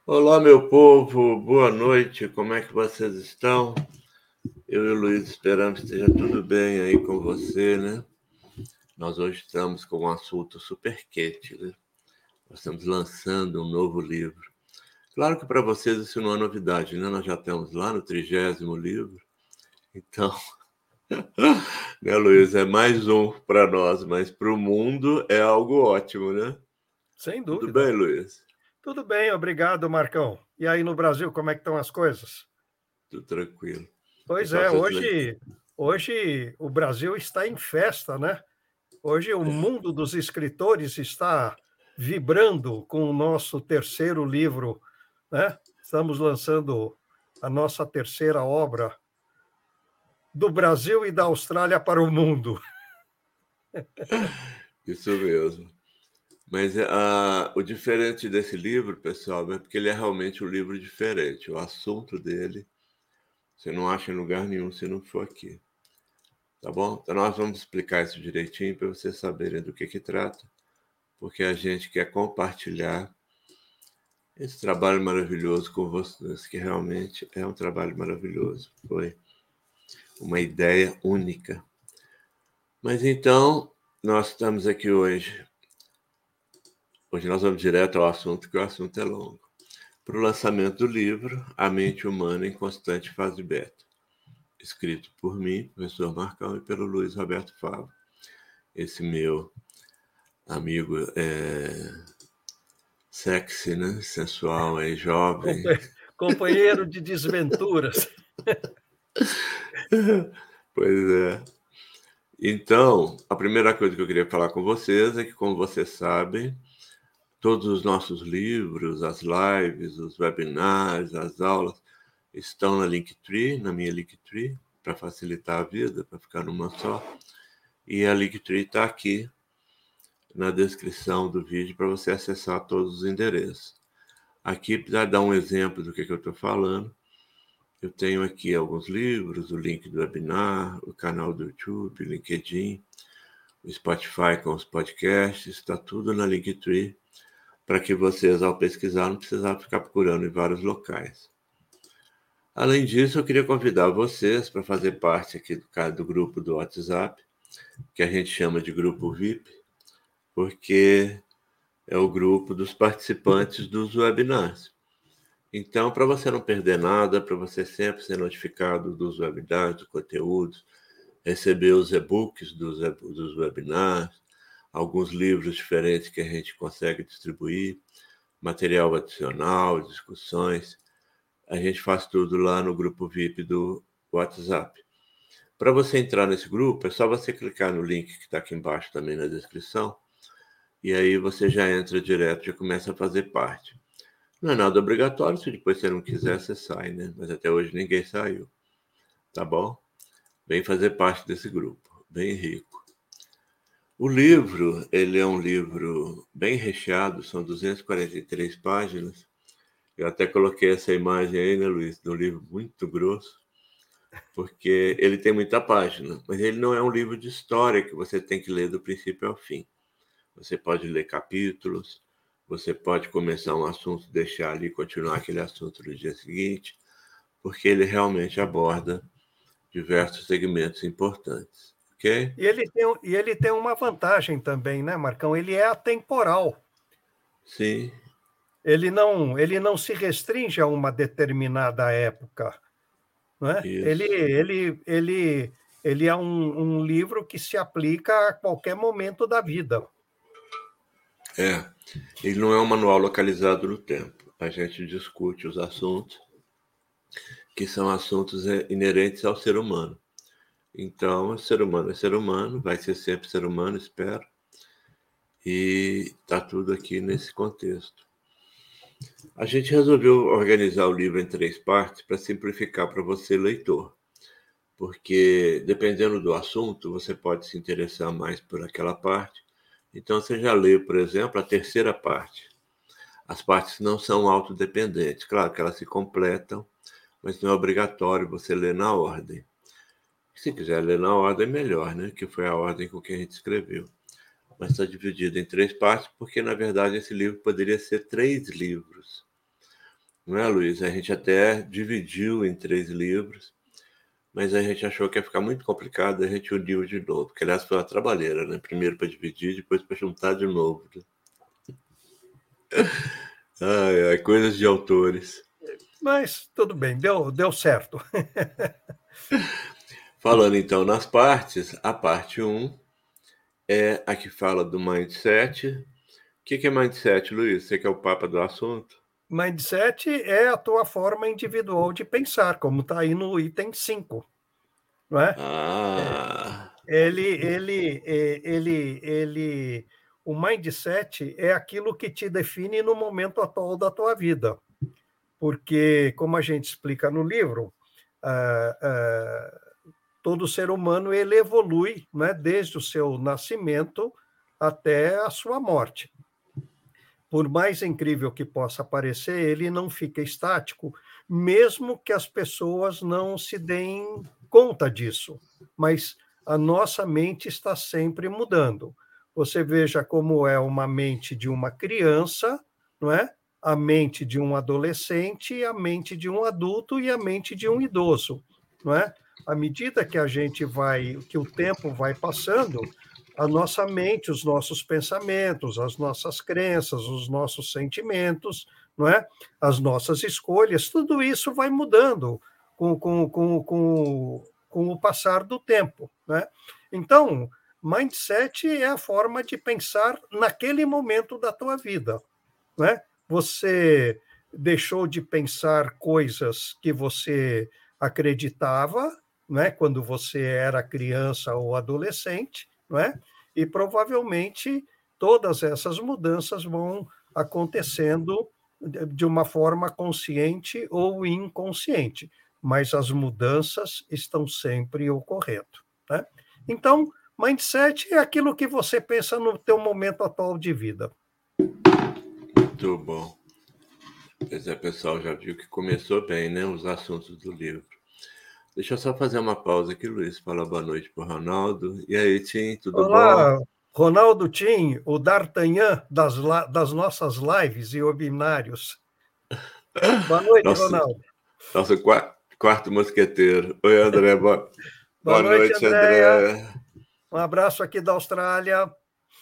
Olá, meu povo, boa noite, como é que vocês estão? Eu e o Luiz esperamos que esteja tudo bem aí com você, né? Nós hoje estamos com um assunto super quente, né? Nós estamos lançando um novo livro. Claro que para vocês isso não é novidade, né? Nós já estamos lá no 30º livro, então, né, Luiz, é mais um para nós, mas para o mundo é algo ótimo, né? Sem Tudo bem, dúvida. Luiz? Tudo bem, obrigado, Marcão. E aí no Brasil, como é que estão as coisas? Tudo tranquilo. Pois Pessoal, é, vocês lembram? hoje o Brasil está em festa, né? Hoje o mundo dos escritores está vibrando com o nosso terceiro livro, né? Estamos lançando a nossa terceira obra do Brasil e da Austrália para o mundo. Isso mesmo. Mas o diferente desse livro, pessoal, é porque ele é realmente um livro diferente. O assunto dele você não acha em lugar nenhum se não for aqui. Tá bom? Então nós vamos explicar isso direitinho para vocês saberem do que trata, porque a gente quer compartilhar esse trabalho maravilhoso com vocês, que realmente é um trabalho maravilhoso. Foi uma ideia única. Mas então, nós estamos aqui hoje. Hoje nós vamos direto ao assunto, que o assunto é longo. Para o lançamento do livro A Mente Humana em Constante Fase Beta, escrito por mim, professor Marcão, e pelo Luiz Roberto Favo. Esse meu amigo sexy, né? Sensual, jovem. Companheiro de desventuras. Pois é. Então, a primeira coisa que eu queria falar com vocês é que, como vocês sabem, todos os nossos livros, as lives, os webinars, as aulas estão na Linktree, na minha Linktree, para facilitar a vida, para ficar numa só. E a Linktree está aqui na descrição do vídeo para você acessar todos os endereços. Aqui, para dar um exemplo do que eu estou falando, eu tenho aqui alguns livros, o link do webinar, o canal do YouTube, o LinkedIn, o Spotify com os podcasts, está tudo na Linktree, para que vocês, ao pesquisar, não precisar ficar procurando em vários locais. Além disso, eu queria convidar vocês para fazer parte aqui do grupo do WhatsApp, que a gente chama de grupo VIP, porque é o grupo dos participantes dos webinars. Então, para você não perder nada, para você sempre ser notificado dos webinars, dos conteúdos, receber os e-books dos webinars, alguns livros diferentes que a gente consegue distribuir, material adicional, discussões, a gente faz tudo lá no grupo VIP do WhatsApp. Para você entrar nesse grupo, é só você clicar no link que está aqui embaixo também na descrição, e aí você já entra direto, já começa a fazer parte. Não é nada obrigatório, se depois você não quiser, você sai, né? Mas até hoje ninguém saiu, tá bom? Vem fazer parte desse grupo, bem rico. O livro, ele é um livro bem recheado, são 243 páginas. Eu até coloquei essa imagem aí, né, Luiz, do livro muito grosso, porque ele tem muita página, mas ele não é um livro de história que você tem que ler do princípio ao fim. Você pode ler capítulos, você pode começar um assunto, deixar ali, continuar aquele assunto no dia seguinte, porque ele realmente aborda diversos segmentos importantes, ok? E ele tem uma vantagem também, né, Marcão? Ele é atemporal. Sim, Ele não se restringe a uma determinada época, né? Ele, isso. ele, ele, ele é um livro que se aplica a qualquer momento da vida. Ele não é um manual localizado no tempo. A gente discute os assuntos que são assuntos inerentes ao ser humano. Então, ser humano é ser humano, vai ser sempre ser humano, espero. E está tudo aqui nesse contexto. A gente resolveu organizar o livro em 3 partes para simplificar para você, leitor, porque dependendo do assunto, você pode se interessar mais por aquela parte. Então, você já lê, por exemplo, a terceira parte. As partes não são autodependentes, claro que elas se completam, mas não é obrigatório você ler na ordem. Se quiser ler na ordem, melhor, né? Que foi a ordem com que a gente escreveu. Mas está dividido em 3 partes, porque, na verdade, esse livro poderia ser 3 livros. não é, Luiz? A gente até dividiu em 3 livros, mas a gente achou que ia ficar muito complicado, a gente uniu de novo, porque aliás foi uma trabalheira, né? Primeiro para dividir, depois para juntar de novo. Né? Ai, ai, coisas de autores. Mas tudo bem, deu certo. Falando então nas partes, a parte 1 é a que fala do mindset. O que é mindset, Luiz? Você que é o papa do assunto? Mindset é a tua forma individual de pensar, como está aí no item 5, não é? Ah, O mindset é aquilo que te define no momento atual da tua vida, porque, como a gente explica no livro, todo ser humano ele evolui, né, desde o seu nascimento até a sua morte. Por mais incrível que possa parecer, ele não fica estático, mesmo que as pessoas não se deem conta disso. Mas a nossa mente está sempre mudando. Você veja como é uma mente de uma criança, não é? A mente de um adolescente, a mente de um adulto e a mente de um idoso, não é? À medida que que o tempo vai passando, a nossa mente, os nossos pensamentos, as nossas crenças, os nossos sentimentos, não é? As nossas escolhas, tudo isso vai mudando com o passar do tempo. Né? Então, mindset é a forma de pensar naquele momento da tua vida. Né? Você deixou de pensar coisas que você acreditava, né, quando você era criança ou adolescente, não é? E provavelmente todas essas mudanças vão acontecendo de uma forma consciente ou inconsciente, mas as mudanças estão sempre ocorrendo. Né? Então, mindset é aquilo que você pensa no teu momento atual de vida. muito bom. Pois é, pessoal, já viu que começou bem, né? Os assuntos do livro. Deixa eu só fazer uma pausa aqui, Luiz. Fala boa noite para o Ronaldo. E aí, Tim, tudo bom? Olá, Ronaldo Tim, o D'Artagnan das nossas lives e webinários. Boa noite, Nosso, Ronaldo. nosso quarto mosqueteiro. Oi, André. Boa Boa noite, noite, Andréia. André. Um abraço aqui da Austrália.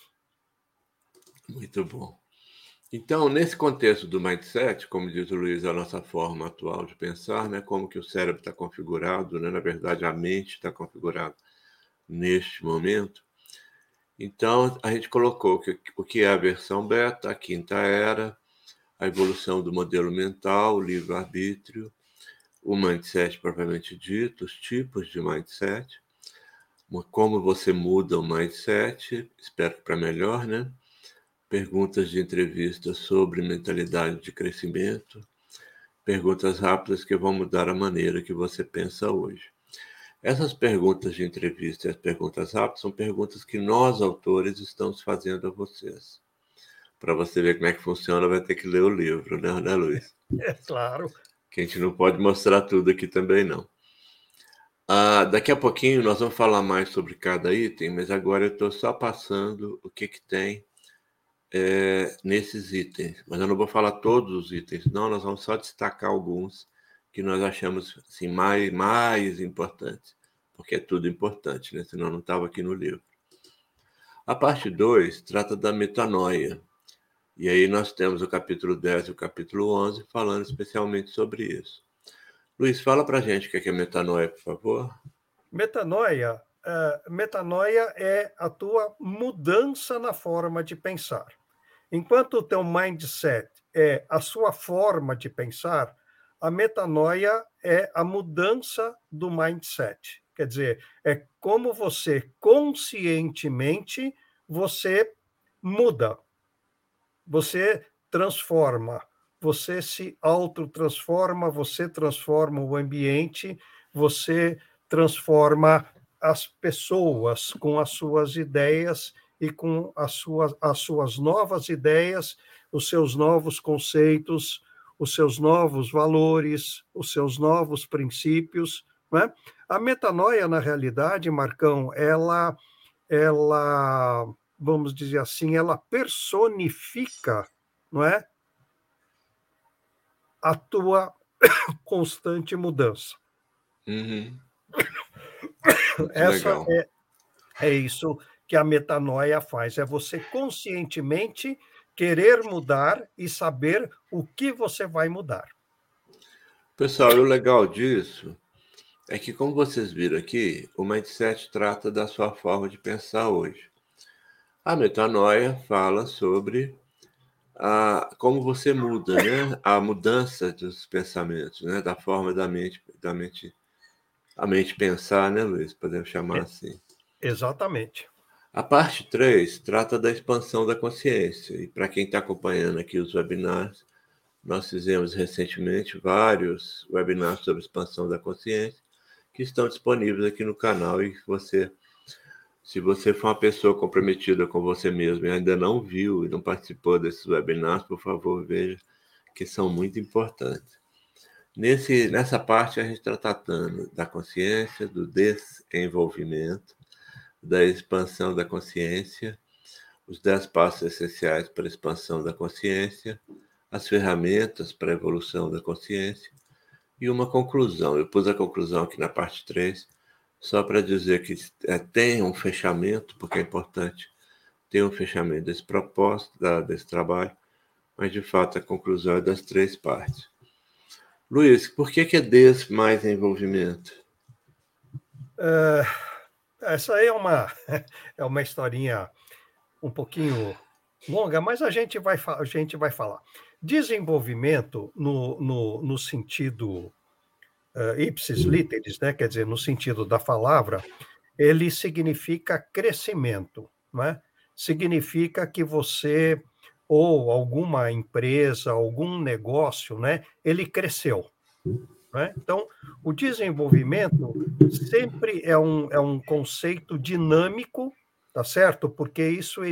Muito bom. Então, nesse contexto do mindset, como diz o Luiz, a nossa forma atual de pensar, né, como que o cérebro está configurado, né, na verdade a mente está configurada neste momento. Então, a gente colocou o que é a versão beta, a quinta era, a evolução do modelo mental, o livre-arbítrio, o mindset propriamente dito, os tipos de mindset, como você muda o mindset, espero que para melhor, né? Perguntas de entrevista sobre mentalidade de crescimento, perguntas rápidas que vão mudar a maneira que você pensa hoje. Essas perguntas de entrevista e as perguntas rápidas são perguntas que nós, autores, estamos fazendo a vocês. Para você ver como é que funciona, vai ter que ler o livro, né, Luiz? É claro. Que a gente não pode mostrar tudo aqui também, não. Daqui a pouquinho nós vamos falar mais sobre cada item, mas agora eu estou só passando o que tem nesses itens. Mas eu não vou falar todos os itens, não, nós vamos só destacar alguns que nós achamos assim, mais importantes, porque é tudo importante, né? Senão não estava aqui no livro. A parte 2 trata da metanoia. E aí nós temos o capítulo 10 e o capítulo 11 falando especialmente sobre isso. Luiz, fala para a gente o que é metanoia, por favor. Metanoia é a tua mudança na forma de pensar. Enquanto o teu mindset é a sua forma de pensar, a metanoia é a mudança do mindset. Quer dizer, é como você conscientemente você muda, você transforma, você se autotransforma, você transforma o ambiente, você transforma as pessoas com as suas ideias e com as suas novas ideias, os seus novos conceitos, os seus novos valores, os seus novos princípios. Né? A metanoia, na realidade, Marcão, ela, vamos dizer assim, ela personifica, não é? a tua constante mudança. Uhum. Muito Essa legal. é isso que a metanoia faz, é você conscientemente querer mudar e saber o que você vai mudar. Pessoal, e o legal disso é que, como vocês viram aqui, o mindset trata da sua forma de pensar hoje. A metanoia fala sobre como você muda, né? A mudança dos pensamentos, né? Da forma a mente pensar, né, Luiz? Podemos chamar É, assim. exatamente. A parte 3 trata da expansão da consciência. E para quem está acompanhando aqui os webinars, nós fizemos recentemente vários webinars sobre expansão da consciência que estão disponíveis aqui no canal e se você for uma pessoa comprometida com você mesmo e ainda não viu e não participou desses webinars, por favor, veja que são muito importantes. Nessa parte, a gente está tratando da consciência, do desenvolvimento, da expansão da consciência, os 10 passos essenciais para a expansão da consciência, as ferramentas para a evolução da consciência e uma conclusão. Eu pus a conclusão aqui na parte 3, só para dizer que tem um fechamento, porque é importante ter um fechamento desse propósito, desse trabalho, mas de fato a conclusão é das 3 partes. Luiz, por que é mais envolvimento? Essa aí é uma historinha um pouquinho longa, mas a gente vai falar. Desenvolvimento no sentido ipsis literis, né? Quer dizer, no sentido da palavra, ele significa crescimento, né? Significa que você, ou alguma empresa, algum negócio, né? Ele cresceu. Né? Então, o desenvolvimento sempre é um conceito dinâmico, tá certo? Porque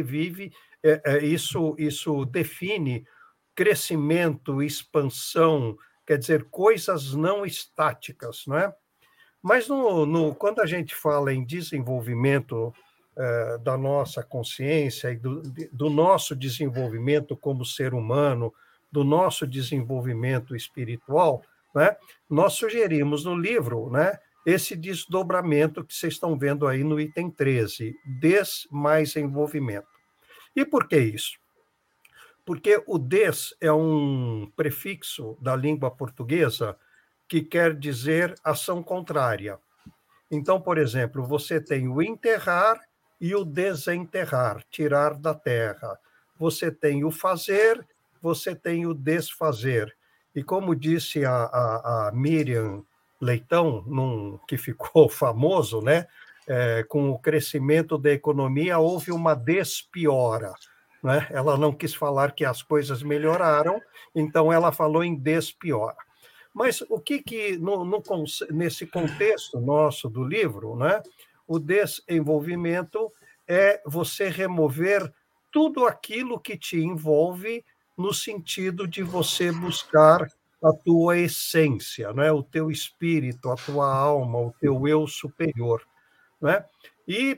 isso define crescimento, expansão, quer dizer, coisas não estáticas, né? Mas quando a gente fala em desenvolvimento da nossa consciência e do nosso desenvolvimento como ser humano, do nosso desenvolvimento espiritual, né, nós sugerimos no livro, né, esse desdobramento que vocês estão vendo aí no item 13, mais envolvimento. E por que isso? Porque o des é um prefixo da língua portuguesa que quer dizer ação contrária. Então, por exemplo, você tem o enterrar e o desenterrar, tirar da terra. Você tem o fazer, você tem o desfazer. E como disse a Miriam Leitão, que ficou famoso, né? Com o crescimento da economia, houve uma despiora. Né? Ela não quis falar que as coisas melhoraram, então ela falou em despiora. Mas o que nesse contexto nosso do livro, né, o desenvolvimento é você remover tudo aquilo que te envolve no sentido de você buscar a tua essência, né, o teu espírito, a tua alma, o teu eu superior, né? E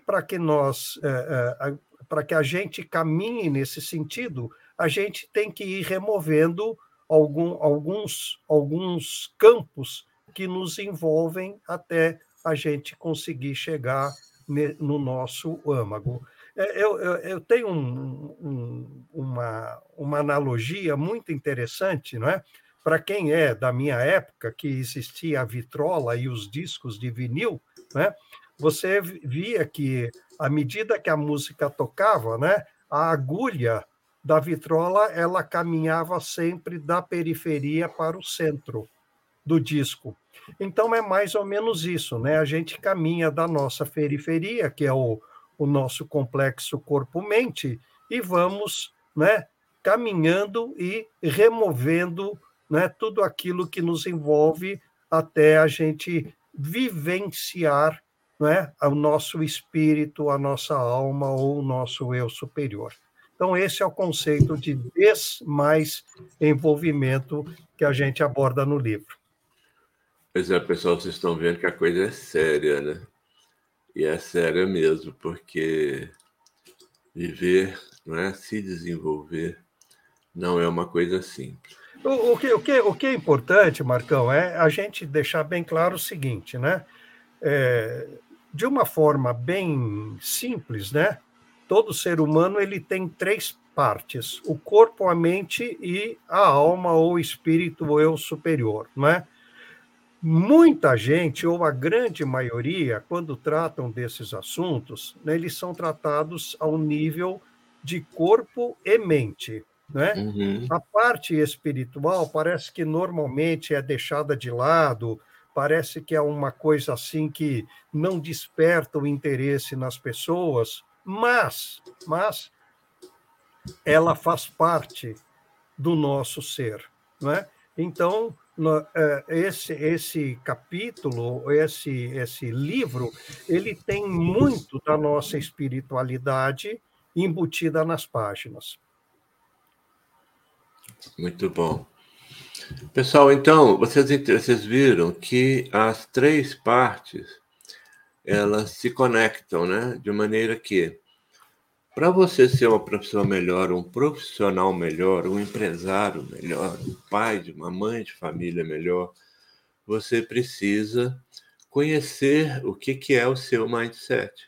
para que a gente caminhe nesse sentido, a gente tem que ir removendo alguns campos que nos envolvem até a gente conseguir chegar no nosso âmago. Eu tenho uma analogia muito interessante, não é? Para quem é da minha época, que existia a vitrola e os discos de vinil, né? Você via que, à medida que a música tocava, né, a agulha da vitrola ela caminhava sempre da periferia para o centro do disco. Então, é mais ou menos isso, né? A gente caminha da nossa periferia, que é o nosso complexo corpo-mente, e vamos, né, caminhando e removendo, né, tudo aquilo que nos envolve até a gente vivenciar, né, o nosso espírito, a nossa alma ou o nosso eu superior. Então, esse é o conceito de mais envolvimento que a gente aborda no livro. Pois é, pessoal, vocês estão vendo que a coisa é séria, né? E é séria mesmo, porque viver, não é? Se desenvolver, não é uma coisa simples. O que é importante, Marcão, é a gente deixar bem claro o seguinte, né? De uma forma bem simples, né? Todo ser humano ele tem três partes: o corpo, a mente e a alma ou espírito ou eu superior, não é? Muita gente, ou a grande maioria, quando tratam desses assuntos, né, eles são tratados ao nível de corpo e mente, né? Uhum. A parte espiritual parece que normalmente é deixada de lado, parece que é uma coisa assim que não desperta o interesse nas pessoas, mas ela faz parte do nosso ser, não é? Então, esse capítulo, esse livro, ele tem muito da nossa espiritualidade embutida nas páginas. Muito bom. Pessoal, então, vocês viram que as três partes, elas se conectam, né? De maneira que, para você ser uma pessoa melhor, um profissional melhor, um empresário melhor, um pai de uma mãe de família melhor, você precisa conhecer o que é o seu mindset.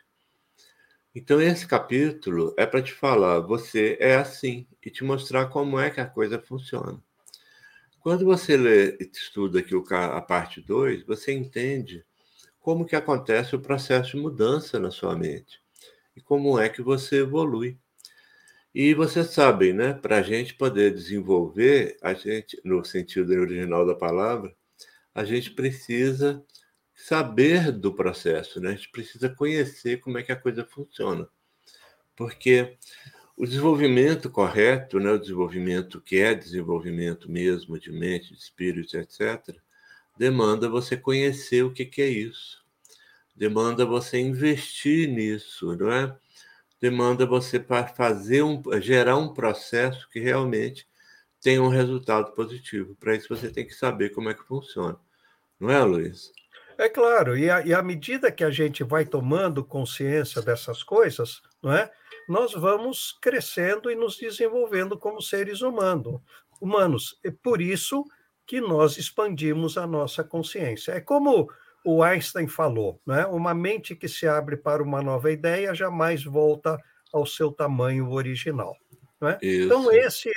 Então, esse capítulo é para te falar, você é assim, e te mostrar como é que a coisa funciona. Quando você lê e estuda aqui a parte 2, você entende como que acontece o processo de mudança na sua mente e como é que você evolui. E você sabe, né, para a gente poder desenvolver, a gente, no sentido original da palavra, a gente precisa saber do processo, né? A gente precisa conhecer como é que a coisa funciona. Porque o desenvolvimento correto, né, o desenvolvimento que é desenvolvimento mesmo de mente, de espírito, etc., demanda você conhecer o que é isso. Demanda você investir nisso, não é? Demanda você para gerar um processo que realmente tenha um resultado positivo. Para isso você tem que saber como é que funciona. Não é, Luiz? É claro, e à medida que a gente vai tomando consciência dessas coisas, não é? Nós vamos crescendo e nos desenvolvendo como seres humanos. É por isso que nós expandimos a nossa consciência. É como o Einstein falou, não é? Uma mente que se abre para uma nova ideia jamais volta ao seu tamanho original, não é? Então, Isso. esse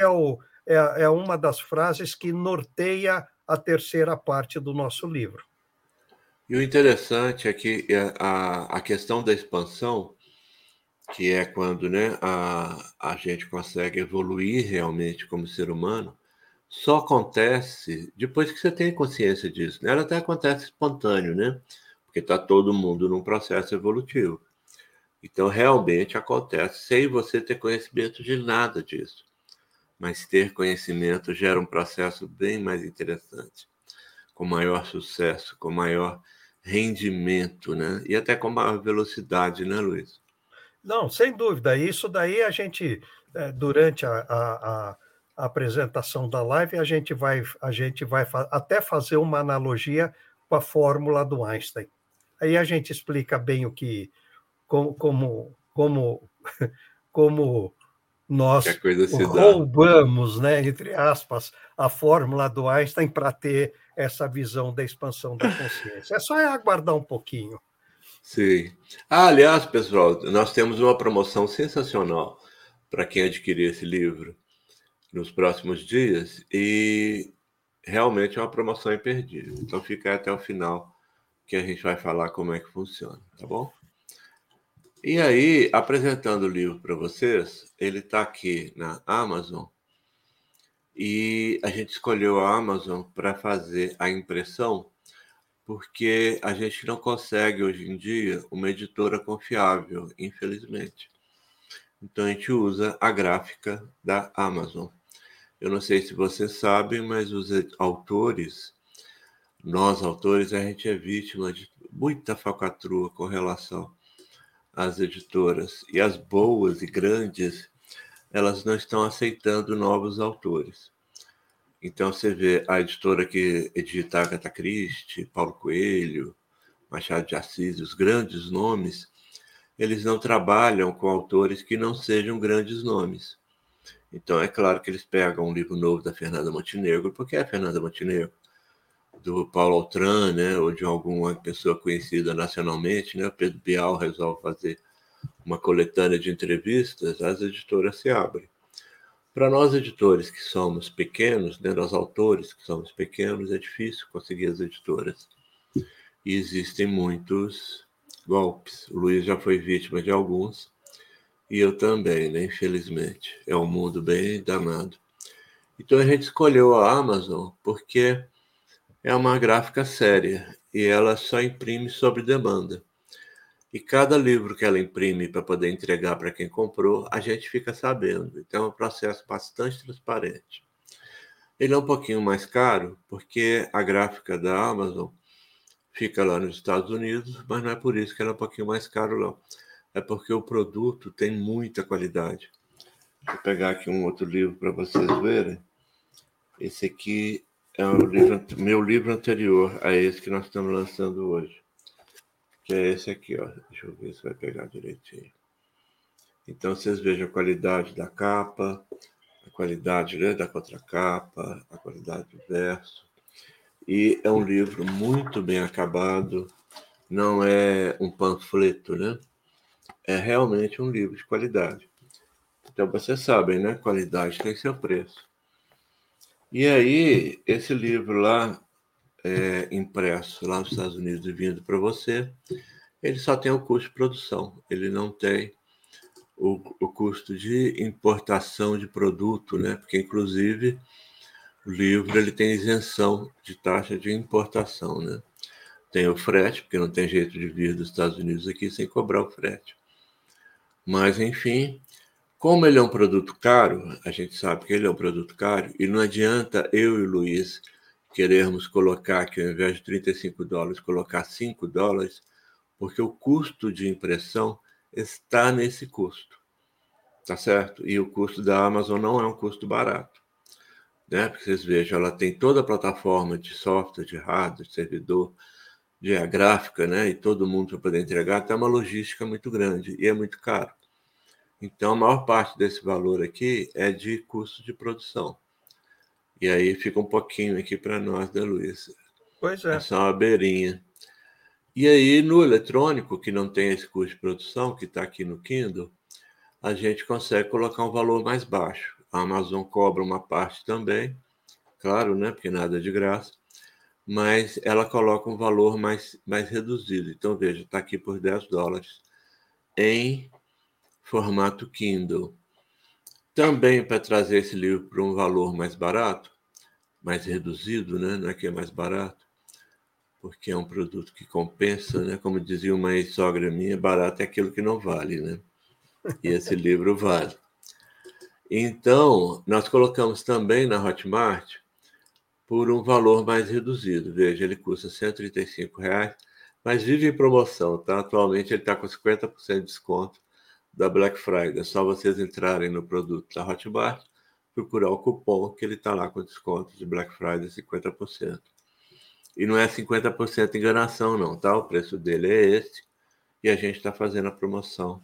é uma das frases que norteia a terceira parte do nosso livro. E o interessante é que a questão da expansão, que é quando, né, a gente consegue evoluir realmente como ser humano, só acontece depois que você tem consciência disso, né? Ela até acontece espontâneo, né? Porque está todo mundo num processo evolutivo. Então, realmente acontece sem você ter conhecimento de nada disso. Mas ter conhecimento gera um processo bem mais interessante, com maior sucesso, com maior rendimento, né? E até com maior velocidade, né, Luiz? Não, sem dúvida. Isso daí a gente, durante a apresentação da live, a gente vai até fazer uma analogia com a fórmula do Einstein. Aí a gente explica bem como, como Que a nós coisa se dá. roubamos, né, entre aspas, a fórmula do Einstein para ter essa visão da expansão da consciência. É só aguardar um pouquinho. Sim. Ah, aliás, pessoal, nós temos uma promoção sensacional para quem adquirir esse livro nos próximos dias e realmente é uma promoção imperdível. Então fica aí até o final que a gente vai falar como é que funciona, tá bom? E aí, apresentando o livro para vocês, ele está aqui na Amazon e a gente escolheu a Amazon para fazer a impressão porque a gente não consegue hoje em dia uma editora confiável, infelizmente. Então a gente usa a gráfica da Amazon. Eu não sei se vocês sabem, mas os autores, nós autores, a gente é vítima de muita falcatrua com relação às editoras. E as boas e grandes, elas não estão aceitando novos autores. Então você vê a editora que edita Agatha Christie, Paulo Coelho, Machado de Assis, os grandes nomes, eles não trabalham com autores que não sejam grandes nomes. Então, é claro que eles pegam um livro novo da Fernanda Montenegro, porque é a Fernanda Montenegro, do Paulo Altran, né, ou de alguma pessoa conhecida nacionalmente, né, o Pedro Bial resolve fazer uma coletânea de entrevistas, as editoras se abrem. Para nós, editores que somos pequenos, né, nós autores que somos pequenos, é difícil conseguir as editoras. E existem muitos golpes. O Luiz já foi vítima de alguns, e eu também, né, infelizmente. É um mundo bem danado. Então a gente escolheu a Amazon porque é uma gráfica séria e ela só imprime sob demanda. E cada livro que ela imprime para poder entregar para quem comprou, a gente fica sabendo. Então é um processo bastante transparente. Ele é um pouquinho mais caro, porque a gráfica da Amazon fica lá nos Estados Unidos, mas não é por isso que ela é um pouquinho mais caro, não. É porque o produto tem muita qualidade. Vou pegar aqui um outro livro para vocês verem. Esse aqui é o meu livro anterior a esse que nós estamos lançando hoje. Que é esse aqui, ó. Deixa eu ver se vai pegar direitinho. Então, vocês vejam a qualidade da capa, a qualidade, né, da contracapa, a qualidade do verso. E é um livro muito bem acabado, não é um panfleto, né? É realmente um livro de qualidade. Então, vocês sabem, né? Qualidade tem seu preço. E aí, esse livro lá, impresso lá nos Estados Unidos e vindo para você, ele só tem o custo de produção, ele não tem o custo de importação de produto, né? Porque, inclusive, o livro ele tem isenção de taxa de importação, né? Tem o frete, porque não tem jeito de vir dos Estados Unidos aqui sem cobrar o frete. Mas, enfim, como ele é um produto caro, a gente sabe que ele é um produto caro, e não adianta eu e o Luiz querermos colocar que ao invés de $35, colocar $5, porque o custo de impressão está nesse custo, tá certo? E o custo da Amazon não é um custo barato, né? Porque vocês vejam, ela tem toda a plataforma de software, de hardware, de servidor, de gráfica, né? E todo mundo para poder entregar, tem uma logística muito grande e é muito caro. Então, a maior parte desse valor aqui é de custo de produção. E aí fica um pouquinho aqui para nós, né, Luiz? Pois É é. só uma beirinha. E aí, no eletrônico, que não tem esse custo de produção, que está aqui no Kindle, a gente consegue colocar um valor mais baixo. A Amazon cobra uma parte também, claro, né? Porque nada é de graça, mas ela coloca um valor mais reduzido. Então, veja, está aqui por $10 em formato Kindle. Também para trazer esse livro para um valor mais barato, mais reduzido, né? Não é que é mais barato, porque é um produto que compensa, né? Como dizia uma ex-sogra minha, barato é aquilo que não vale, né? E esse livro vale. Então, nós colocamos também na Hotmart por um valor mais reduzido. Veja, ele custa R$ 135, mas vive em promoção, tá? Atualmente ele está com 50% de desconto da Black Friday. É só vocês entrarem no produto da Hotmart, procurar o cupom que ele está lá com desconto de Black Friday 50%. E não é 50% enganação, não, tá? O preço dele é esse e a gente está fazendo a promoção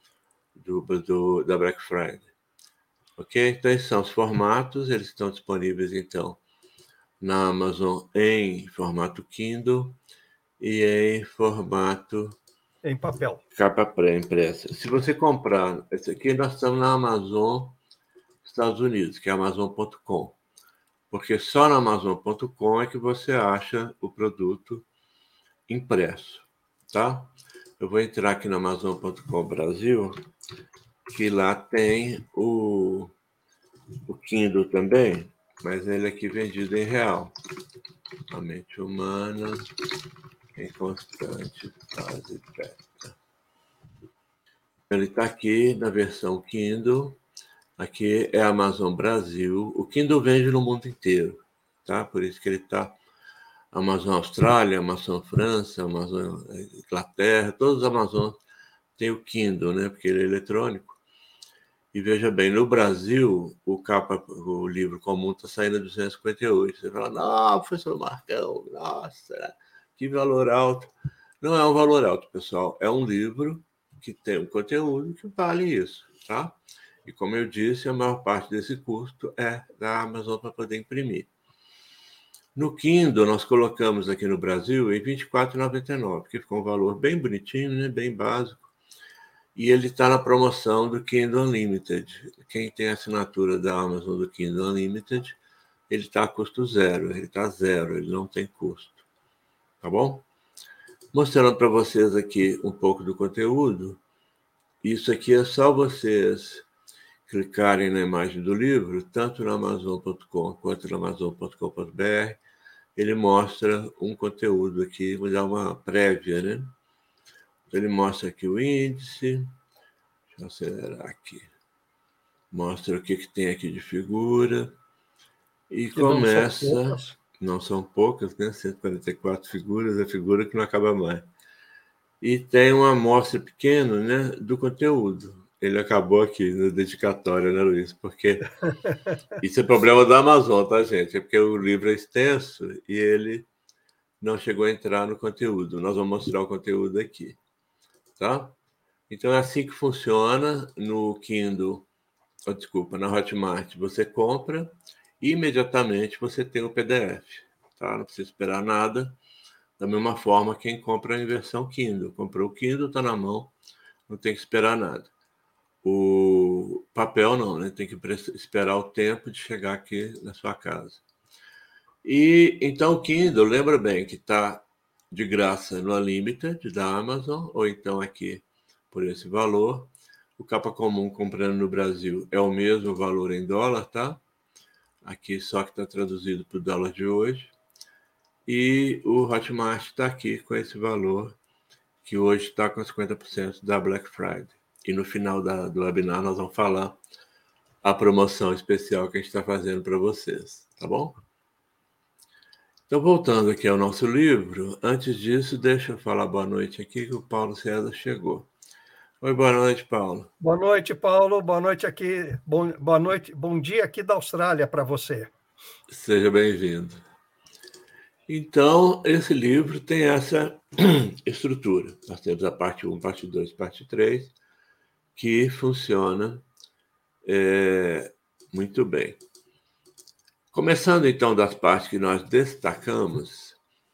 da Black Friday. Ok? Então, esses são os formatos, eles estão disponíveis, então, na Amazon em formato Kindle e em formato Em papel. capa pré-impressa. Se você comprar, esse aqui nós estamos na Amazon Estados Unidos, que é amazon.com, porque só na amazon.com é que você acha o produto impresso, tá? Eu vou entrar aqui no amazon.com Brasil, que lá tem o Kindle também, mas ele aqui vendido em real. A mente humana em constante fase beta. Ele está aqui na versão Kindle. Aqui é a Amazon Brasil. O Kindle vende no mundo inteiro, tá? Por isso que ele está Amazon Austrália, Amazon França, Amazon Inglaterra, todos os Amazon têm o Kindle, né? Porque ele é eletrônico. E veja bem, no Brasil, o livro comum está saindo a 258. Você fala, não, professor Marcão, nossa, que valor alto. Não é um valor alto, pessoal. É um livro que tem um conteúdo que vale isso, tá? E, como eu disse, a maior parte desse custo é da Amazon para poder imprimir. No Kindle, nós colocamos aqui no Brasil em R$ 24,99, que ficou um valor bem bonitinho, né? Bem básico. E ele está na promoção do Kindle Unlimited. Quem tem a assinatura da Amazon do Kindle Unlimited, ele está a custo zero, ele está zero, ele não tem custo. Tá bom? Mostrando para vocês aqui um pouco do conteúdo. Isso aqui é só vocês clicarem na imagem do livro, tanto na Amazon.com quanto na Amazon.com.br. Ele mostra um conteúdo aqui, vou dar uma prévia, né? Ele mostra aqui o índice. Deixa eu acelerar aqui. Mostra o que tem aqui de figura. E Que não são começa... poucas. Não são poucas, né? 144 figuras, é figura que não acaba mais. E tem uma amostra pequena, né, do conteúdo. Ele acabou aqui na dedicatória, né, Luiz? Porque isso é problema da Amazon, tá, gente? É porque o livro é extenso e ele não chegou a entrar no conteúdo. Nós vamos mostrar o conteúdo aqui, tá? Então é assim que funciona no Kindle, na Hotmart. Você compra e imediatamente você tem o PDF, tá? Não precisa esperar nada. Da mesma forma, quem compra em versão Kindle. Comprou o Kindle, está na mão, não tem que esperar nada. O papel não, né? Tem que esperar o tempo de chegar aqui na sua casa. E então o Kindle, lembra bem que está de graça no Unlimited da Amazon, ou então aqui por esse valor. O capa comum comprando no Brasil é o mesmo valor em dólar, tá? Aqui só que está traduzido para o dólar de hoje. E o Hotmart está aqui com esse valor, que hoje está com 50% da Black Friday. E no final do webinar nós vamos falar a promoção especial que a gente está fazendo para vocês, tá bom? Então, voltando aqui ao nosso livro, antes disso, deixa eu falar boa noite aqui, que o Paulo César chegou. Oi, boa noite, Paulo. Boa noite, Paulo. Boa noite aqui. Boa noite, bom dia aqui da Austrália para você. Seja bem-vindo. Então, esse livro tem essa estrutura. Nós temos a parte 1, parte 2, parte 3, que funciona muito bem. Começando, então, das partes que nós destacamos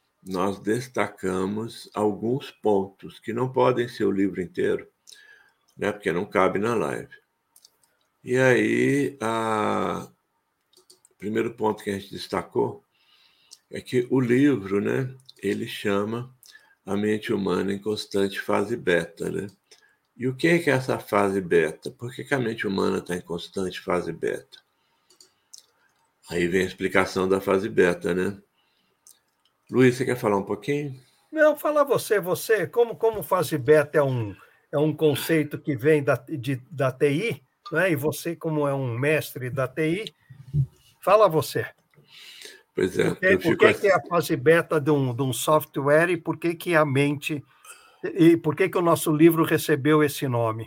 alguns pontos que não podem ser o livro inteiro, né, porque não cabe na live. E aí, o primeiro ponto que a gente destacou é que o livro, né, ele chama A Mente Humana em Constante Fase Beta, né? E o que é essa fase beta? Por que a mente humana está em constante fase beta? Aí vem a explicação da fase beta, né? Luiz, você quer falar um pouquinho? Não, fala você, como fase beta é um conceito que vem da TI, né? E você, como é um mestre da TI, fala você. Pois é, Por que é a fase beta de um software e por que a mente... E por que o nosso livro recebeu esse nome?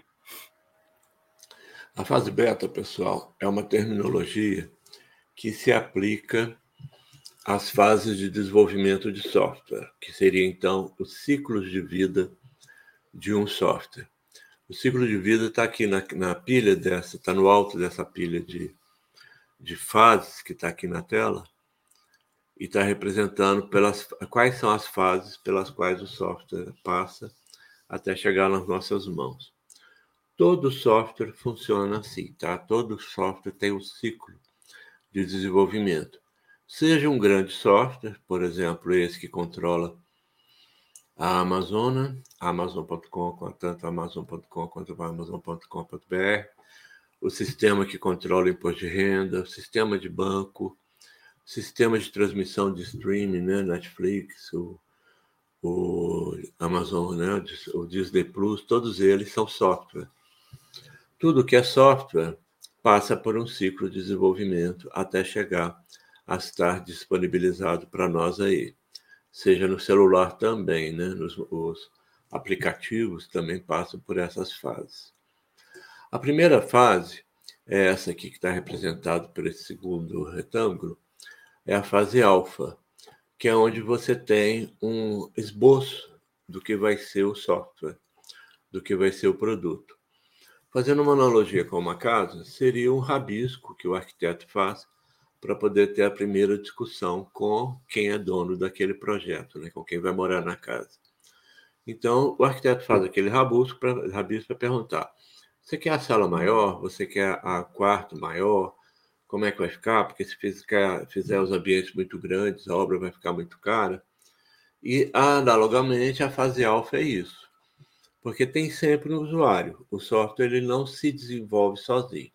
A fase beta, pessoal, é uma terminologia que se aplica às fases de desenvolvimento de software, que seria, então, os ciclos de vida de um software. O ciclo de vida está aqui na pilha dessa, está no alto dessa pilha de fases que está aqui na tela, e está representando quais são as fases pelas quais o software passa até chegar nas nossas mãos. Todo software funciona assim, tá? Todo software tem um ciclo de desenvolvimento. Seja um grande software, por exemplo, esse que controla a Amazon, Amazon.com, tanto Amazon.com quanto Amazon.com.br, o sistema que controla o imposto de renda, o sistema de banco, sistema de transmissão de streaming, né? Netflix, o Amazon, né? O Disney Plus, todos eles são software. Tudo que é software passa por um ciclo de desenvolvimento até chegar a estar disponibilizado para nós aí. Seja no celular também, né? Os aplicativos também passam por essas fases. A primeira fase é essa aqui que está representada por esse segundo retângulo, é a fase alfa, que é onde você tem um esboço do que vai ser o software, do que vai ser o produto. Fazendo uma analogia com uma casa, seria um rabisco que o arquiteto faz para poder ter a primeira discussão com quem é dono daquele projeto, né? Com quem vai morar na casa. Então, o arquiteto faz aquele rabisco para perguntar: você quer a sala maior? Você quer a quarto maior? Como é que vai ficar? Porque se fizer os ambientes muito grandes, a obra vai ficar muito cara. E, analogamente, a fase alfa é isso. Porque tem sempre um usuário. O software ele não se desenvolve sozinho.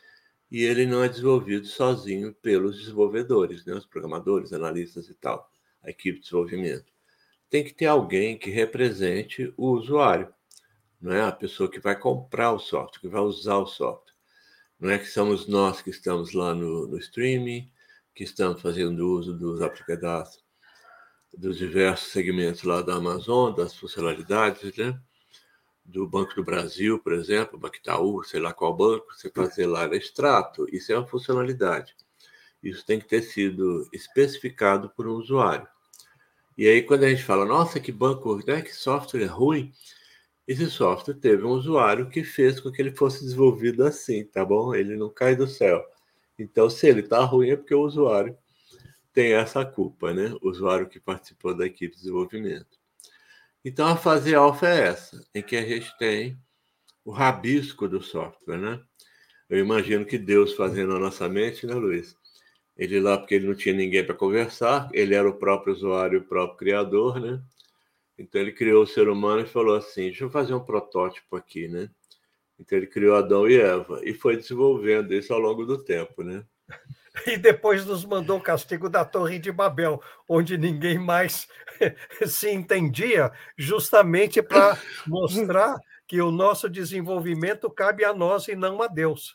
E ele não é desenvolvido sozinho pelos desenvolvedores, né? Os programadores, analistas e tal, a equipe de desenvolvimento. Tem que ter alguém que represente o usuário, não é a pessoa que vai comprar o software, que vai usar o software. Não é que somos nós que estamos lá no streaming, que estamos fazendo uso dos aplicativos, dos diversos segmentos lá da Amazon, das funcionalidades, né? Do Banco do Brasil, por exemplo, Banco Itaú, sei lá qual banco, você fazer lá extrato, isso é uma funcionalidade. Isso tem que ter sido especificado por um usuário. E aí, quando a gente fala, nossa, que banco, né, que software ruim, esse software teve um usuário que fez com que ele fosse desenvolvido assim, tá bom? Ele não cai do céu. Então, se ele está ruim, é porque o usuário tem essa culpa, né? O usuário que participou da equipe de desenvolvimento. Então, a fase alfa é essa, em que a gente tem o rabisco do software, né? Eu imagino que Deus fazendo a nossa mente, né, Luiz? Ele lá, porque ele não tinha ninguém para conversar, ele era o próprio usuário, o próprio criador, né? Então ele criou o ser humano e falou assim, deixa eu fazer um protótipo aqui, né? Então ele criou Adão e Eva e foi desenvolvendo isso ao longo do tempo, né? E depois nos mandou o castigo da Torre de Babel, onde ninguém mais se entendia, justamente para mostrar que o nosso desenvolvimento cabe a nós e não a Deus.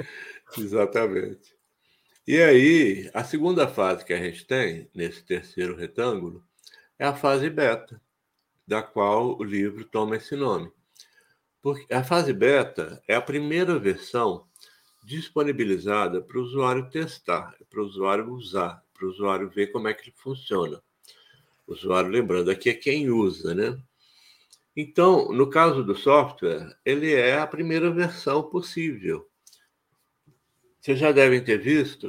Exatamente. E aí, a segunda fase que a gente tem, nesse terceiro retângulo, é a fase beta, da qual o livro toma esse nome. Porque a fase beta é a primeira versão disponibilizada para o usuário testar, para o usuário usar, para o usuário ver como é que ele funciona. O usuário, lembrando, aqui é quem usa, né? Então, no caso do software, ele é a primeira versão possível. Vocês já devem ter visto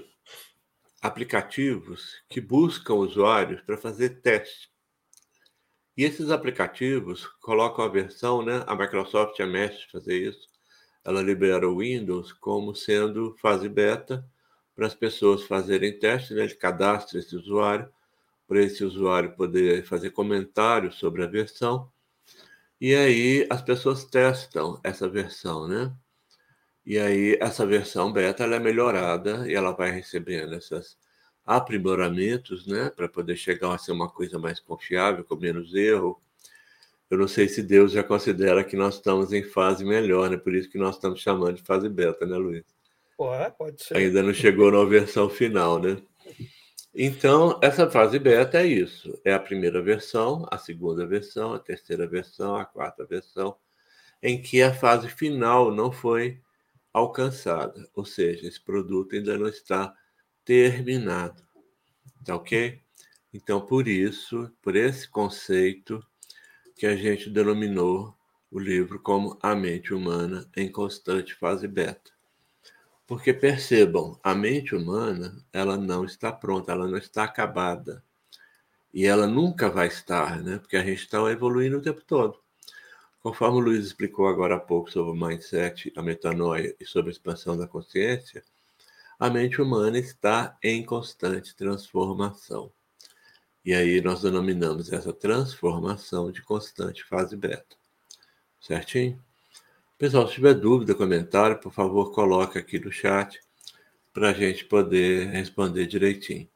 aplicativos que buscam usuários para fazer teste. E esses aplicativos colocam a versão, né? A Microsoft é mestre de fazer isso. Ela libera o Windows como sendo fase beta para as pessoas fazerem teste, né? Ele cadastra esse usuário, para esse usuário poder fazer comentários sobre a versão. E aí as pessoas testam essa versão, né? E aí essa versão beta ela é melhorada e ela vai recebendo esses aprimoramentos, né? Para poder chegar a ser uma coisa mais confiável, com menos erro. Eu não sei se Deus já considera que nós estamos em fase melhor, né? Por isso que nós estamos chamando de fase beta, né, Luiz? Pode ser. Ainda não chegou na versão final, né? Então, essa fase beta é isso. É a primeira versão, a segunda versão, a terceira versão, a quarta versão, em que a fase final não foi alcançada. Ou seja, esse produto ainda não está terminado. Tá ok? Então, por isso, por esse conceito, que a gente denominou o livro como A Mente Humana em Constante Fase Beta. Porque percebam, a mente humana, ela não está pronta, ela não está acabada. E ela nunca vai estar, né? Porque a gente está evoluindo o tempo todo. Conforme o Luiz explicou agora há pouco sobre o mindset, a metanoia e sobre a expansão da consciência, a mente humana está em constante transformação. E aí nós denominamos essa transformação de constante fase beta. Certinho? Pessoal, se tiver dúvida, comentário, por favor, coloque aqui no chat para a gente poder responder direitinho.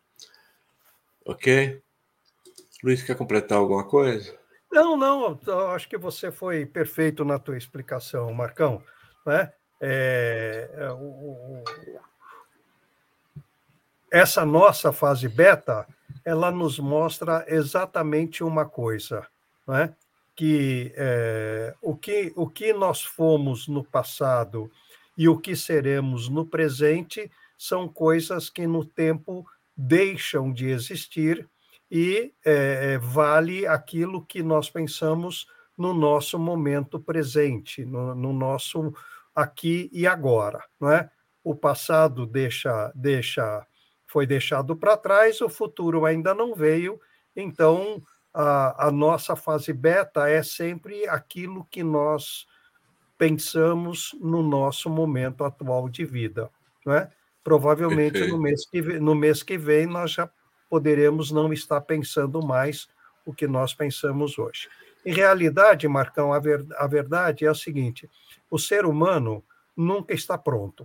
Ok? Luiz, quer completar alguma coisa? Não, eu acho que você foi perfeito na tua explicação, Marcão. Né? Essa nossa fase beta, ela nos mostra exatamente uma coisa, né? Que o que nós fomos no passado e o que seremos no presente são coisas que no tempo deixam de existir e vale aquilo que nós pensamos no nosso momento presente, no nosso aqui e agora, não é? O passado foi deixado para trás, o futuro ainda não veio, então a nossa fase beta é sempre aquilo que nós pensamos no nosso momento atual de vida, não é? Provavelmente Perfeito. no mês que vem nós já poderemos não estar pensando mais o que nós pensamos hoje. Em realidade, Marcão, a verdade é a seguinte: o ser humano nunca está pronto.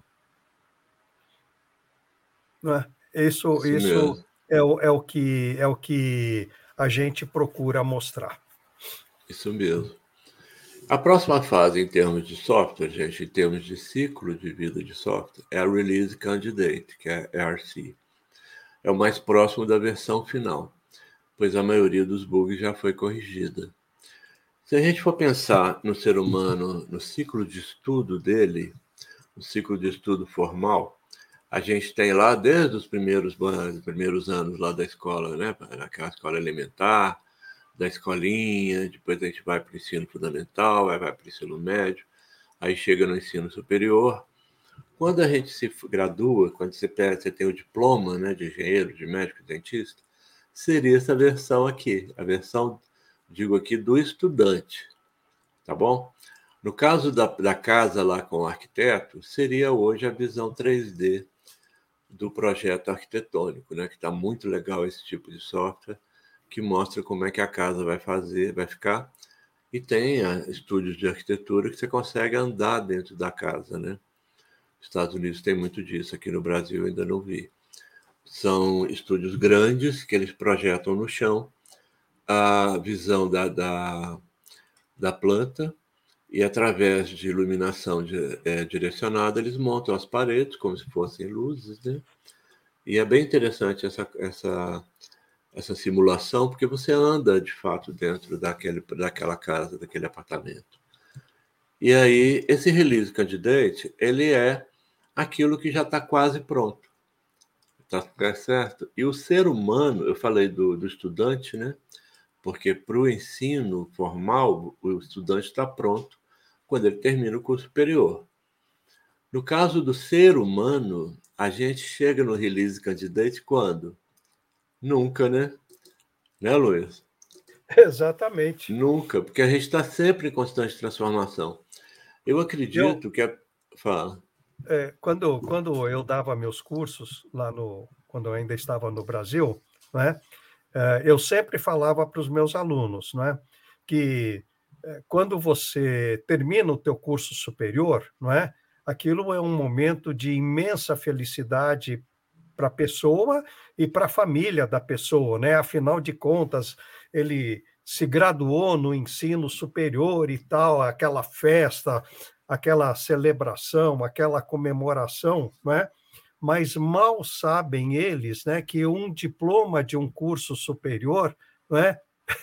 Não é? Isso Isso mesmo. é o que a gente procura mostrar. Isso mesmo. A próxima fase em termos de software, gente, em termos de ciclo de vida de software, é a Release Candidate, que é a RC. É o mais próximo da versão final, pois a maioria dos bugs já foi corrigida. Se a gente for pensar no ser humano, no ciclo de estudo dele, no ciclo de estudo formal, a gente tem lá desde os primeiros anos lá da escola, né? Aquela escola elementar, da escolinha, depois a gente vai para o ensino fundamental, vai para o ensino médio, aí chega no ensino superior. Quando a gente se gradua, quando você tem o diploma, né, de engenheiro, de médico, de dentista, seria essa versão aqui, a versão, digo aqui, do estudante, tá bom? No caso da casa lá com o arquiteto, seria hoje a visão 3D do projeto arquitetônico, né? Que está muito legal esse tipo de software, que mostra como é que a casa vai ficar. E tem estúdios de arquitetura que você consegue andar dentro da casa, né? Os Estados Unidos tem muito disso, aqui no Brasil ainda não vi. São estúdios grandes que eles projetam no chão a visão da planta e através de iluminação direcionada eles montam as paredes como se fossem luzes, né? E é bem interessante essa simulação, porque você anda de fato dentro daquela casa, daquele apartamento. E aí, esse release candidate, ele é aquilo que já está quase pronto. Tá certo? E o ser humano, eu falei do estudante, né? Porque para o ensino formal, o estudante está pronto quando ele termina o curso superior. No caso do ser humano, a gente chega no release candidate quando? Nunca, né? Né, Luiz? Exatamente. Nunca, porque a gente está sempre em constante transformação. Eu Eu, acredito que é. Fala. quando eu dava meus cursos quando eu ainda estava no Brasil, né, eu sempre falava para os meus alunos, né, que quando você termina o teu curso superior, não é, aquilo é um momento de imensa felicidade para a pessoa e para a família da pessoa, né? Afinal de contas, ele se graduou no ensino superior e tal, aquela festa, aquela celebração, aquela comemoração, né? Mas mal sabem eles, né, que um diploma de um curso superior, né,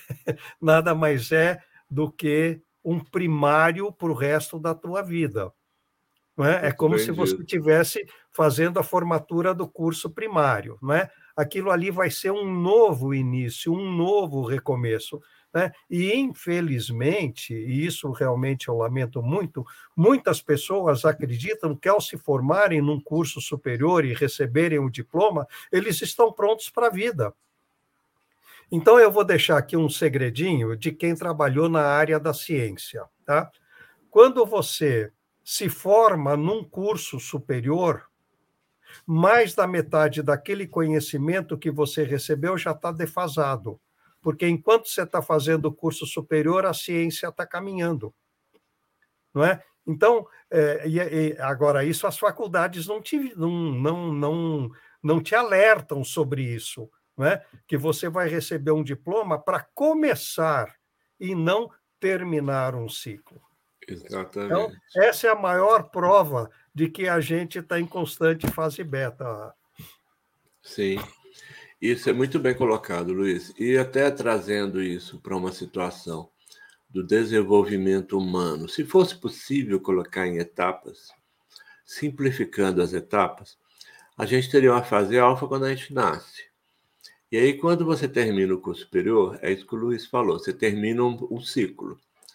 nada mais é do que um primário para o resto da tua vida. Não é? É Muito como bem se você dito. estivesse fazendo a formatura do curso primário. Não é? Aquilo ali vai ser um novo início, um novo recomeço. Né? E, infelizmente, e isso realmente eu lamento muito, muitas pessoas acreditam que, ao se formarem num curso superior e receberem o diploma, eles estão prontos para a vida. Então, eu vou deixar aqui um segredinho de quem trabalhou na área da ciência. Tá? Quando você se forma num curso superior, mais da metade daquele conhecimento que você recebeu já está defasado. Porque enquanto você está fazendo o curso superior, a ciência está caminhando. Não é? Então, agora, isso as faculdades não te alertam sobre isso. Não é? Que você vai receber um diploma para começar e não terminar um ciclo. Então, Exatamente. essa é a maior prova de que a gente está em constante fase beta. Sim. Isso é muito bem colocado, Luiz. E até trazendo isso para uma situação do desenvolvimento humano, se fosse possível colocar em etapas, simplificando as etapas, a gente teria uma fase alfa quando a gente nasce. E aí, quando você termina o curso superior, é isso que o Luiz falou, você termina um ciclo.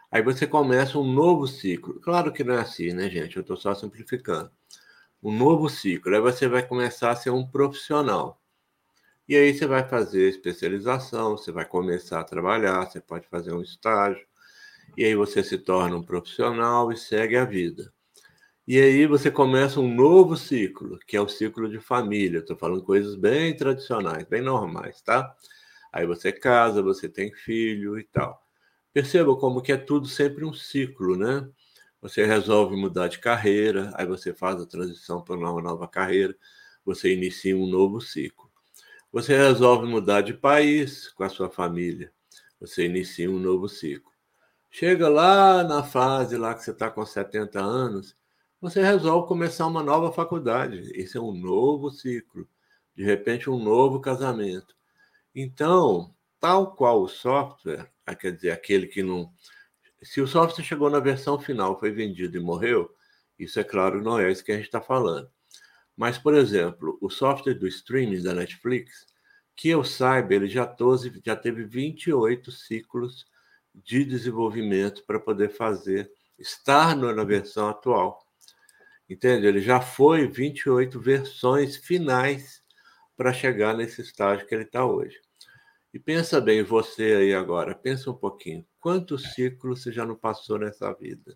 Aí você começa um novo ciclo. Claro que não é assim, né, gente? Eu estou só simplificando. Um novo ciclo. Aí você vai começar a ser um profissional. E aí você vai fazer especialização, você vai começar a trabalhar, você pode fazer um estágio, e aí você se torna um profissional e segue a vida. E aí você começa um novo ciclo, que é o ciclo de família. Estou falando coisas bem tradicionais, bem normais, tá? Aí você casa, você tem filho e tal. Perceba como que é tudo sempre um ciclo, né? Você resolve mudar de carreira, aí você faz a transição para uma nova carreira, você inicia um novo ciclo. Você resolve mudar de país com a sua família, você inicia um novo ciclo. Chega lá na fase lá que você está com 70 anos, você resolve começar uma nova faculdade. Esse é um novo ciclo. De repente, um novo casamento. Então, tal qual o software, quer dizer, aquele que não. Se o software chegou na versão final, foi vendido e morreu, isso é claro, não é isso que a gente está falando. Mas, por exemplo, o software do streaming da Netflix, que eu saiba, ele já teve 28 ciclos de desenvolvimento para poder estar na versão atual. Entende? Ele já foi 28 versões finais para chegar nesse estágio que ele está hoje. E pensa bem, você aí agora, pensa um pouquinho, quantos ciclos você já não passou nessa vida?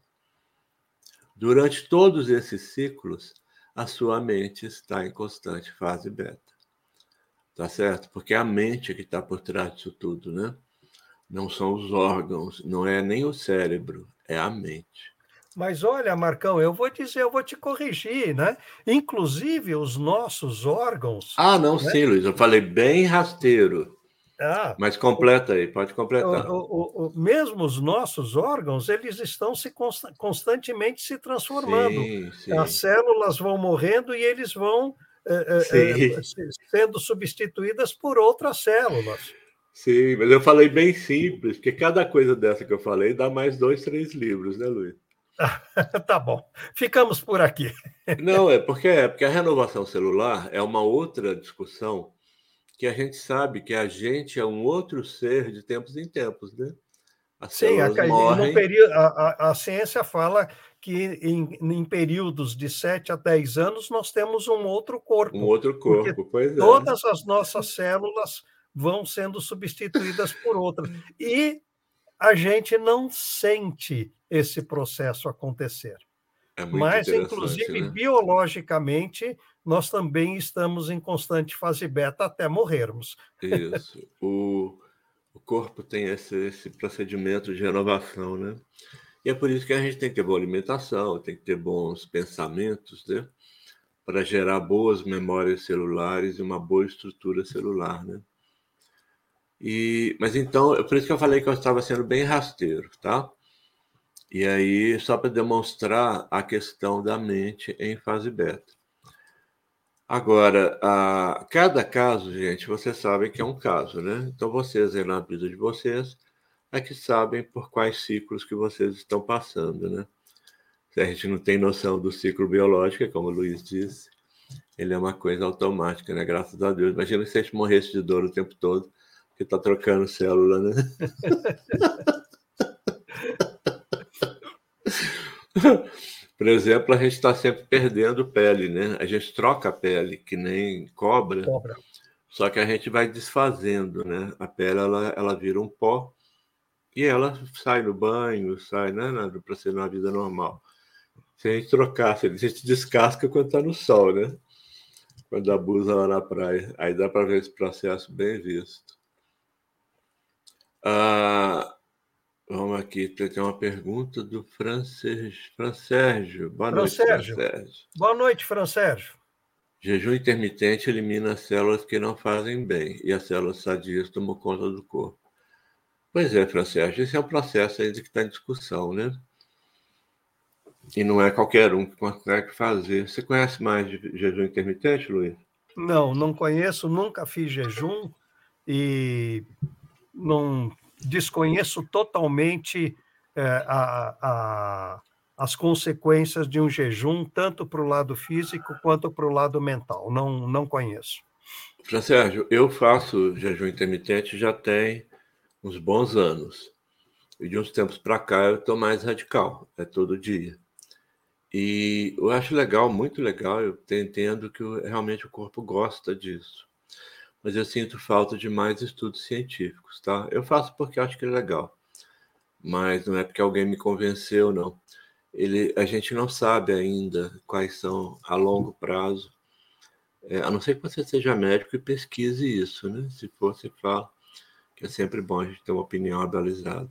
Durante todos esses ciclos, a sua mente está em constante fase beta. Tá certo? Porque é a mente que está por trás disso tudo, né? Não são os órgãos, não é nem o cérebro, é a mente. Mas olha, Marcão, eu vou te corrigir, né? Inclusive os nossos órgãos, Ah, não, né? sim, Luiz, eu falei bem rasteiro. Ah, Mas completa aí, pode completar. mesmo os nossos órgãos, eles estão constantemente se transformando. Sim, As sim. células vão morrendo e eles vão Sim, sendo substituídas por outras células. sim, mas eu falei bem simples, porque cada coisa dessa que eu falei dá mais 2, 3 livros, né, Luiz? Tá bom, ficamos por aqui. Não, é porque a renovação celular é uma outra discussão que a gente sabe que a gente é um outro ser de tempos em tempos, né? As Sim, células morrem, a ciência fala que em períodos de 7 a 10 anos nós temos um outro um corpo, outro porque corpo, pois é. todas as nossas células vão sendo substituídas por outras. E a gente não sente esse processo acontecer. É muito Mas, interessante, inclusive, né? biologicamente, nós também estamos em constante fase beta até morrermos. Isso. O corpo tem esse procedimento de renovação, né? E é por isso que a gente tem que ter boa alimentação, tem que ter bons pensamentos, né? Para gerar boas memórias celulares e uma boa estrutura celular, né? Mas então, por isso que eu falei que eu estava sendo bem rasteiro, tá? E aí, só para demonstrar a questão da mente em fase beta. Agora, cada caso, gente, vocês sabem que é um caso, né? Então, vocês aí na vida de vocês é que sabem por quais ciclos que vocês estão passando, né? Se a gente não tem noção do ciclo biológico, como o Luiz disse, ele é uma coisa automática, né? Graças a Deus. Imagina se a gente morresse de dor o tempo todo, porque está trocando célula, né? Por exemplo, a gente está sempre perdendo pele, né? A gente troca a pele, que nem cobra, Cobra. só que a gente vai desfazendo, né? A pele, ela vira um pó e ela sai no banho, sai, né? Para ser na vida normal. Se a gente trocasse, a gente descasca quando está no sol, né? Quando abusa lá na praia. Aí dá para ver esse processo bem visto. Vamos aqui, tem uma pergunta do Fransérgio. Boa Fran noite, Sérgio. Fransérgio. Boa noite, Fran Sérgio. Jejum intermitente elimina as células que não fazem bem e as células sadias tomam conta do corpo. Pois é, Fransérgio, esse é um processo ainda que está em discussão, né? E não é qualquer um que consegue fazer. Você conhece mais de jejum intermitente, Luiz? Não, não conheço, nunca fiz jejum e não desconheço totalmente as consequências de um jejum, tanto para o lado físico quanto para o lado mental. Não, não conheço. Fransérgio, eu faço jejum intermitente já tem uns bons anos. E de uns tempos para cá eu estou mais radical, é todo dia. E eu acho legal, muito legal, eu entendo que realmente o corpo gosta disso. Mas eu sinto falta de mais estudos científicos, tá? Eu faço porque acho que é legal, mas não é porque alguém me convenceu, não. A gente não sabe ainda quais são a longo prazo, a não ser que você seja médico e pesquise isso, né? Se for, você fala, que é sempre bom a gente ter uma opinião atualizada.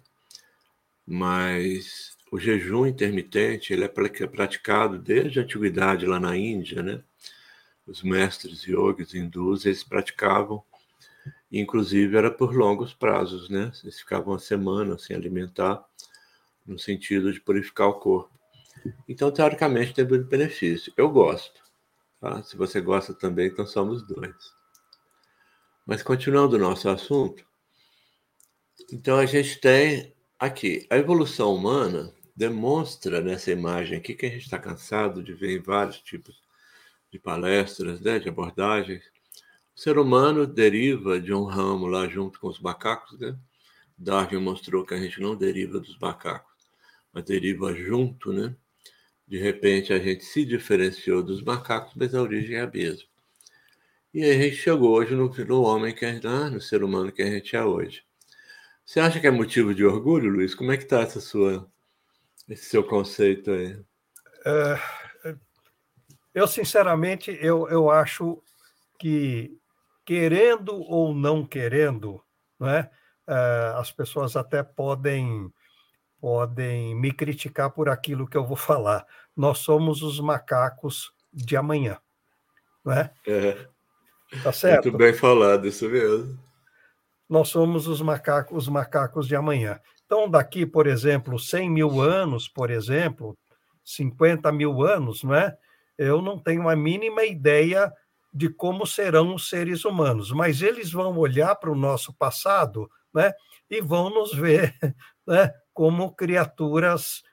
Mas o jejum intermitente ele é praticado desde a antiguidade lá na Índia, né? Os mestres yogis hindus eles praticavam, inclusive era por longos prazos, né? Eles ficavam uma semana sem alimentar, no sentido de purificar o corpo. Então, teoricamente, tem muito benefício. Eu gosto. Tá? Se você gosta também, então somos dois. Mas continuando o nosso assunto, então a gente tem aqui, a evolução humana demonstra nessa imagem aqui que a gente está cansado de ver em vários tipos de palestras, né, de abordagens. O ser humano deriva de um ramo lá junto com os macacos, né? Darwin mostrou que a gente não deriva dos macacos, mas deriva junto, né? De repente a gente se diferenciou dos macacos, mas a origem é a mesma. E aí a gente chegou hoje no homem que no ser humano que a gente é hoje. Você acha que é motivo de orgulho, Luiz? Como é que está esse seu conceito aí? Eu, sinceramente, eu acho que, querendo ou não querendo, né, as pessoas até podem me criticar por aquilo que eu vou falar. Nós somos os macacos de amanhã, né? É, Tá muito certo? bem falado, isso mesmo. Nós somos os macacos de amanhã. Então, daqui, por exemplo, 100 mil anos, por exemplo, 50 mil anos, não é? Eu não tenho a mínima ideia de como serão os seres humanos, mas eles vão olhar para o nosso passado, né, e vão nos ver, né, como criaturas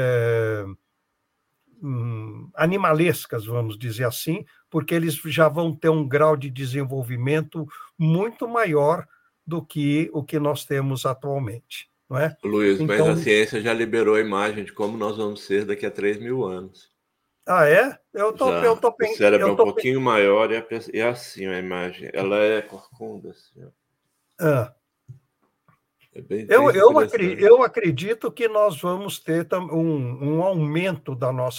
animalescas, vamos dizer assim, porque eles já vão ter um grau de desenvolvimento muito maior do que o que nós temos atualmente, não é? Luiz, mas a Então, ciência já liberou a imagem de como nós vamos ser daqui a 3 mil anos. é? Já. O cérebro é um pouquinho maior e é assim a imagem. Ela é corcunda, assim. Ah, É bem interessante. eu acredito que nós vamos ter um aumento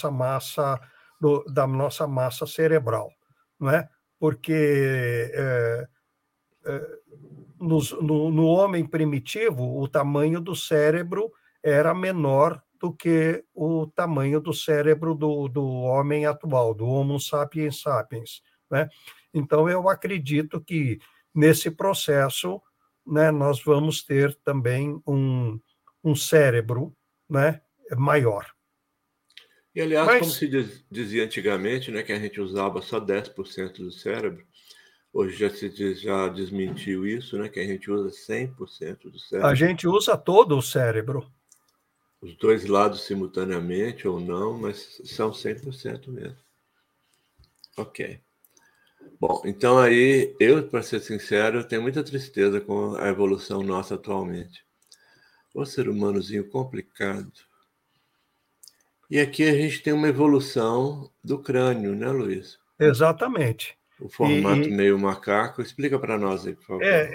da nossa massa cerebral, não é? Porque no homem primitivo, o tamanho do cérebro era menor do que o tamanho do cérebro do homem atual, do Homo sapiens sapiens, né? Então, eu acredito que nesse processo, né, nós vamos ter também um cérebro, né, maior. E, aliás, como Mas, se dizia antigamente, né, que a gente usava só 10% do cérebro, hoje já desmentiu isso, né, que a gente usa 100% do a cérebro. gente usa todo o cérebro. Os dois lados simultaneamente ou não, mas são 100% mesmo. Ok. Bom, então aí, para ser sincero, eu tenho muita tristeza com a evolução nossa atualmente. O ser humanozinho complicado. E aqui a gente tem uma evolução do crânio, né, Luiz? Exatamente. O formato E, meio macaco. Explica para nós aí, por favor.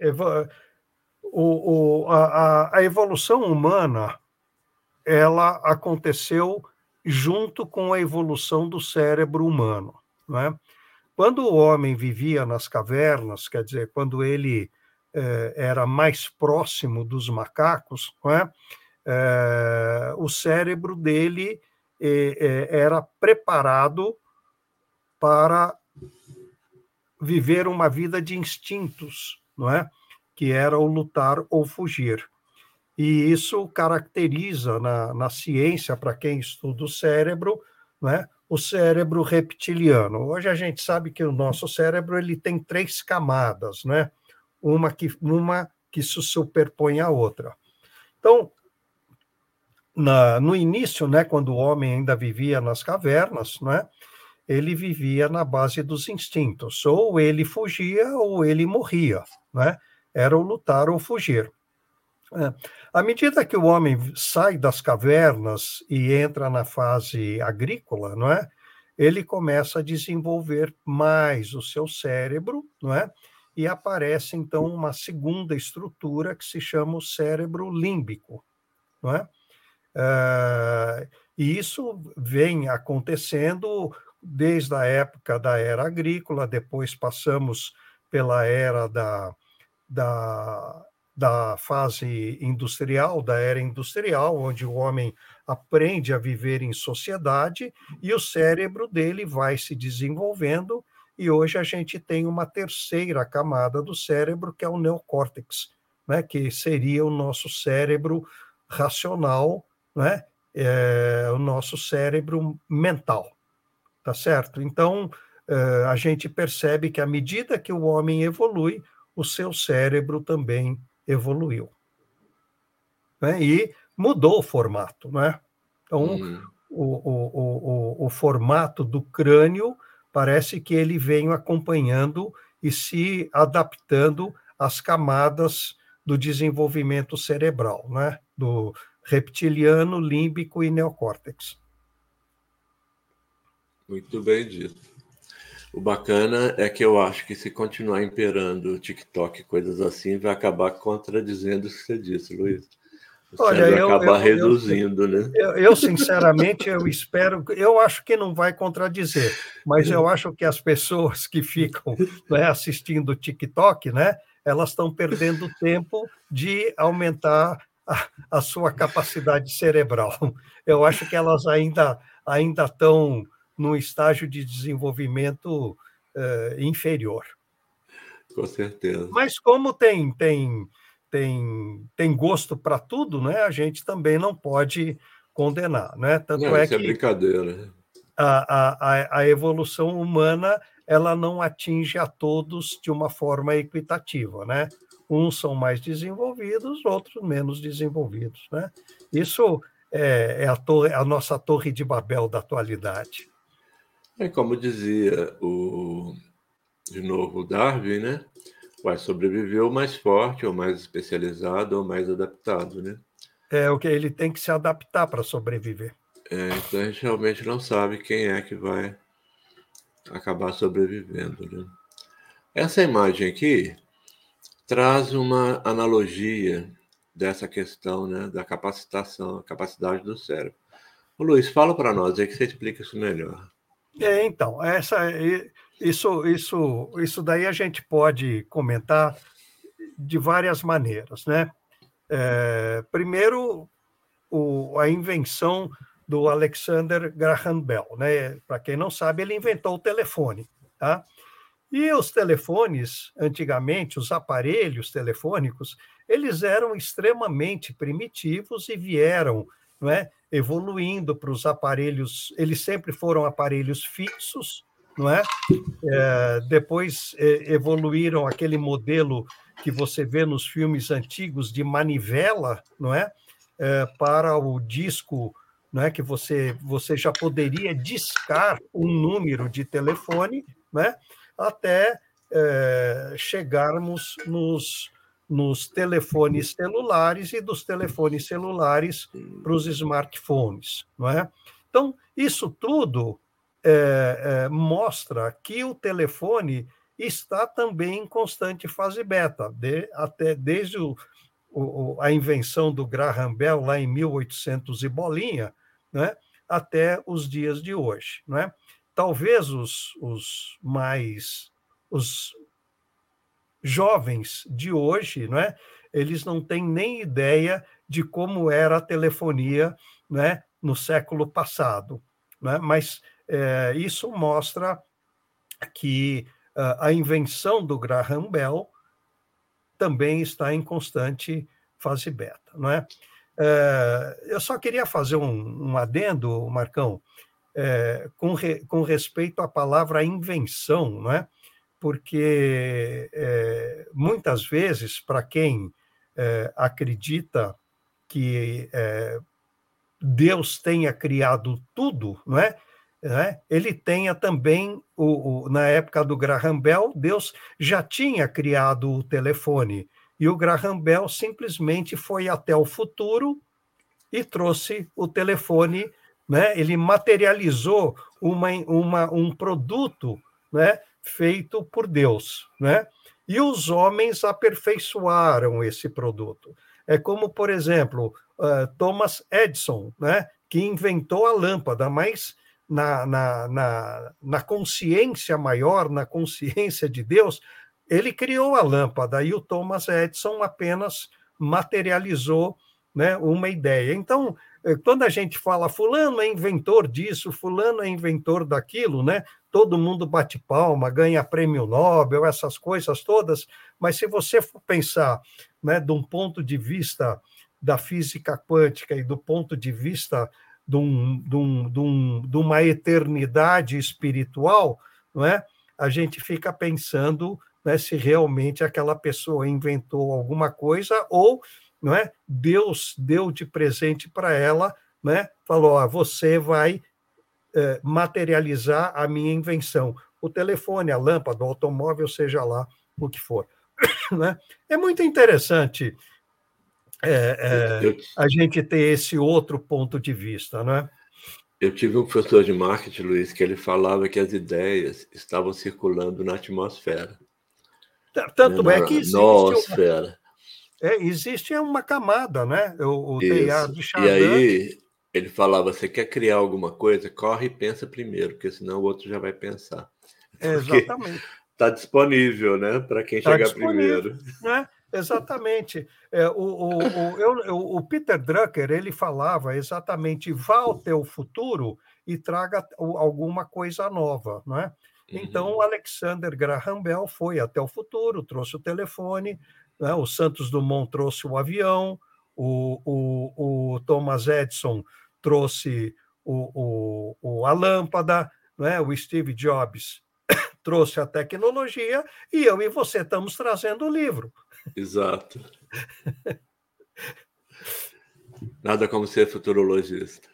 a evolução humana ela aconteceu junto com a evolução do cérebro humano, não é? Quando o homem vivia nas cavernas, quer dizer, quando ele era mais próximo dos macacos, não é? O cérebro dele era preparado para viver uma vida de instintos, não é? Que era o lutar ou fugir. E isso caracteriza na ciência, para quem estuda o cérebro, né, o cérebro reptiliano. Hoje a gente sabe que o nosso cérebro ele tem 3 camadas, né? Uma que se superpõe à outra. Então, no início, né, quando o homem ainda vivia nas cavernas, né, ele vivia na base dos instintos. Ou ele fugia ou ele morria, né? Era o lutar ou fugir. À medida que o homem sai das cavernas e entra na fase agrícola, não é? Ele começa a desenvolver mais o seu cérebro, não é? E aparece, então, uma segunda estrutura que se chama o cérebro límbico, não é? E isso vem acontecendo desde a época da era agrícola, depois passamos pela era da fase industrial, da era industrial, onde o homem aprende a viver em sociedade e o cérebro dele vai se desenvolvendo, e hoje a gente tem uma terceira camada do cérebro, que é o neocórtex, né, que seria o nosso cérebro racional, né, o nosso cérebro mental, tá certo? Então, a gente percebe que à medida que o homem evolui, o seu cérebro também evoluiu, né? E mudou o formato, né? Então, o formato do crânio parece que ele vem acompanhando e se adaptando às camadas do desenvolvimento cerebral, né? Do reptiliano, límbico e neocórtex. Muito bem dito. O bacana é que eu acho que se continuar imperando o TikTok e coisas assim, vai acabar contradizendo o que você disse, Luiz. O Olha, cérebro acaba reduzindo, né? Eu, sinceramente, eu espero, eu acho que não vai contradizer, mas eu acho que as pessoas que ficam, né, assistindo o TikTok, né, elas estão perdendo tempo de aumentar a sua capacidade cerebral. Eu acho que elas ainda estão num estágio de desenvolvimento inferior. Com certeza. Mas como tem gosto para tudo, né? A gente também não pode condenar, né? Tanto Não, é isso é que brincadeira. a evolução humana ela não atinge a todos de uma forma equitativa, né? Uns são mais desenvolvidos, outros menos desenvolvidos, né? Isso é a nossa torre de Babel da atualidade. É como dizia de novo, o Darwin, né? Vai sobreviver o mais forte, ou mais especializado, ou mais adaptado, né? É o que ele tem que se adaptar para sobreviver. Então a gente realmente não sabe quem é que vai acabar sobrevivendo, né? Essa imagem aqui traz uma analogia dessa questão, né, da capacitação, a capacidade do cérebro. Ô, Luiz, fala para nós aí que você explica isso melhor. Então, isso daí a gente pode comentar de várias maneiras, né? Primeiro, a invenção do Alexander Graham Bell, né? Para quem não sabe, ele inventou o telefone, tá? E os telefones, antigamente, os aparelhos telefônicos, eles eram extremamente primitivos e vieram, não é, evoluindo para os aparelhos. Eles sempre foram aparelhos fixos, não é? Depois evoluíram aquele modelo que você vê nos filmes antigos de manivela, não é? Para o disco, não é, que você já poderia discar um número de telefone, né, até chegarmos nos telefones celulares e dos telefones celulares para os smartphones, não é? Então, isso tudo mostra que o telefone está também em constante fase beta, até desde a invenção do Graham Bell lá em 1800 e bolinha, né, até os dias de hoje, né? Talvez os jovens de hoje, né, eles não têm nem ideia de como era a telefonia, né, no século passado, né? Mas isso mostra que a invenção do Graham Bell também está em constante fase beta, não é? Eu só queria fazer um adendo, Marcão, com respeito à palavra invenção, não é? Porque muitas vezes, para quem acredita que Deus tenha criado tudo, não é? Ele tenha também, na época do Graham Bell, Deus já tinha criado o telefone. E o Graham Bell simplesmente foi até o futuro e trouxe o telefone, né? Ele materializou um produto, né? Feito por Deus, né? E os homens aperfeiçoaram esse produto. É como, por exemplo, Thomas Edison, né? Que inventou a lâmpada, mas na consciência maior, na consciência de Deus, ele criou a lâmpada e o Thomas Edison apenas materializou, né, uma ideia. Então, quando a gente fala fulano é inventor disso, fulano é inventor daquilo, né? Todo mundo bate palma, ganha prêmio Nobel, essas coisas todas, mas se você for pensar, né, de um ponto de vista da física quântica e do ponto de vista de uma eternidade espiritual, não é? A gente fica pensando, né, se realmente aquela pessoa inventou alguma coisa ou, não é? Deus deu de presente para ela, né? Falou: você vai materializar a minha invenção. O telefone, a lâmpada, o automóvel, seja lá o que for. Né? É muito interessante Eu, a gente ter esse outro ponto de vista, né? eu tive um professor de marketing, Luiz, que ele falava que as ideias estavam circulando na atmosfera, né? Tanto é que Na noosfera. existe uma camada, né? O Teilhard Isso. de E Chardin. aí ele falava: você quer criar alguma coisa? Corre e pensa primeiro, porque senão o outro já vai pensar. Porque Exatamente. está disponível, né? Para quem Está chegar disponível, primeiro. né? Exatamente. O Peter Drucker ele falava exatamente: vá ao teu futuro e traga alguma coisa nova, né? Então, o Alexander Graham Bell foi até o futuro, trouxe o telefone, né? O Santos Dumont trouxe o avião, o Thomas Edison trouxe a lâmpada, né? O Steve Jobs trouxe a tecnologia e eu e você estamos trazendo o livro. Exato. Nada como ser futurologista.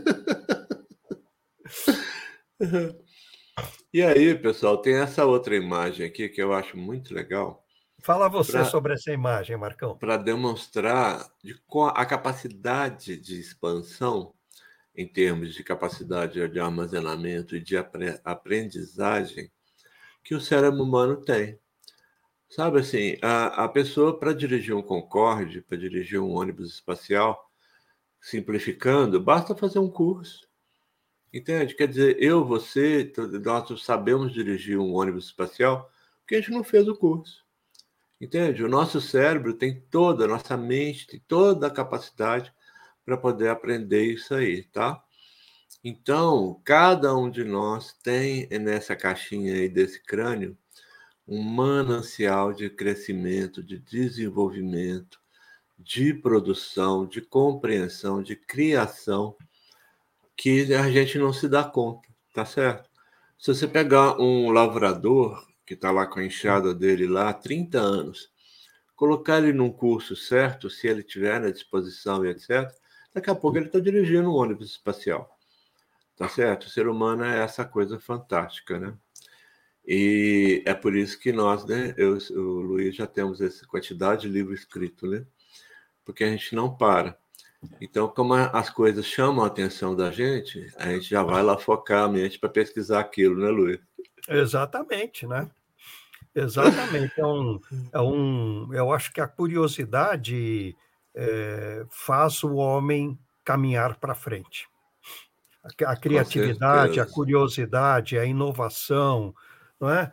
E aí, pessoal, tem essa outra imagem aqui que eu acho muito legal Fala você para sobre essa imagem, Marcão. demonstrar a capacidade de expansão em termos de capacidade de armazenamento e de aprendizagem que o cérebro humano tem. Sabe assim, a pessoa para dirigir um Concorde, para dirigir um ônibus espacial, simplificando, basta fazer um curso. Entende? Quer dizer, você, nós sabemos dirigir um ônibus espacial porque a gente não fez o curso. Entende? O nosso cérebro tem toda, a nossa mente tem toda a capacidade para poder aprender isso aí, tá? Então, cada um de nós tem nessa caixinha aí desse crânio um manancial de crescimento, de desenvolvimento, de produção, de compreensão, de criação, que a gente não se dá conta, tá certo? Se você pegar um lavrador que está lá com a enxada dele lá há 30 anos, colocar ele num curso certo, se ele tiver na disposição e etc., daqui a pouco ele está dirigindo um ônibus espacial, tá certo? O ser humano é essa coisa fantástica, né? E é por isso que nós, né, o Luiz, já temos essa quantidade de livro escrito, né? Porque a gente não para. Então, como as coisas chamam a atenção da gente, a gente já vai lá focar a mente para pesquisar aquilo, né, Luiz? Exatamente, né? Exatamente. Eu acho que a curiosidade faz o homem caminhar para frente. A Com criatividade, a certeza. curiosidade, a inovação, não é?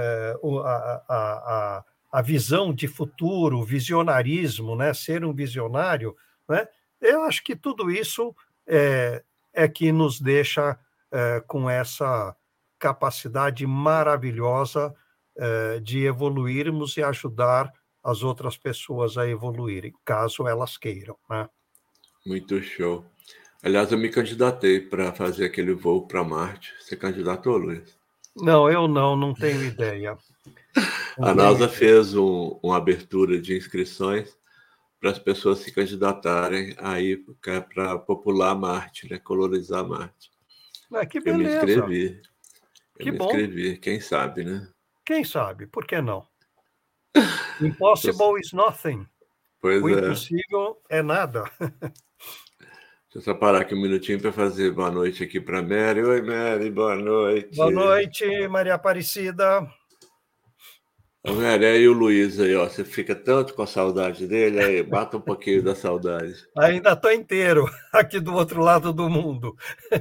A visão de futuro, o visionarismo, né? Ser um visionário, né? Eu acho que tudo isso é que nos deixa com essa capacidade maravilhosa de evoluirmos e ajudar as outras pessoas a evoluírem, caso elas queiram, né? Muito show. Aliás, eu me candidatei para fazer aquele voo para Marte. Você candidatou, Luiz? Não, eu não tenho ideia. Não A tenho NASA ideia. fez uma abertura de inscrições para as pessoas se candidatarem aí para popular Marte, né? Colonizar Marte. Que Eu me beleza, inscrevi. Eu que me bom. inscrevi. Quem sabe, né? Quem sabe, por que não? Impossible is nothing. Pois O é. impossível é nada. Deixa eu só parar aqui um minutinho para fazer boa noite aqui para Mary. Oi, Mary, boa noite. Boa noite, Maria Aparecida. Ô, Mary, aí o Luiz aí, ó, você fica tanto com a saudade dele, aí bata um pouquinho da saudade. Ainda estou inteiro aqui do outro lado do mundo.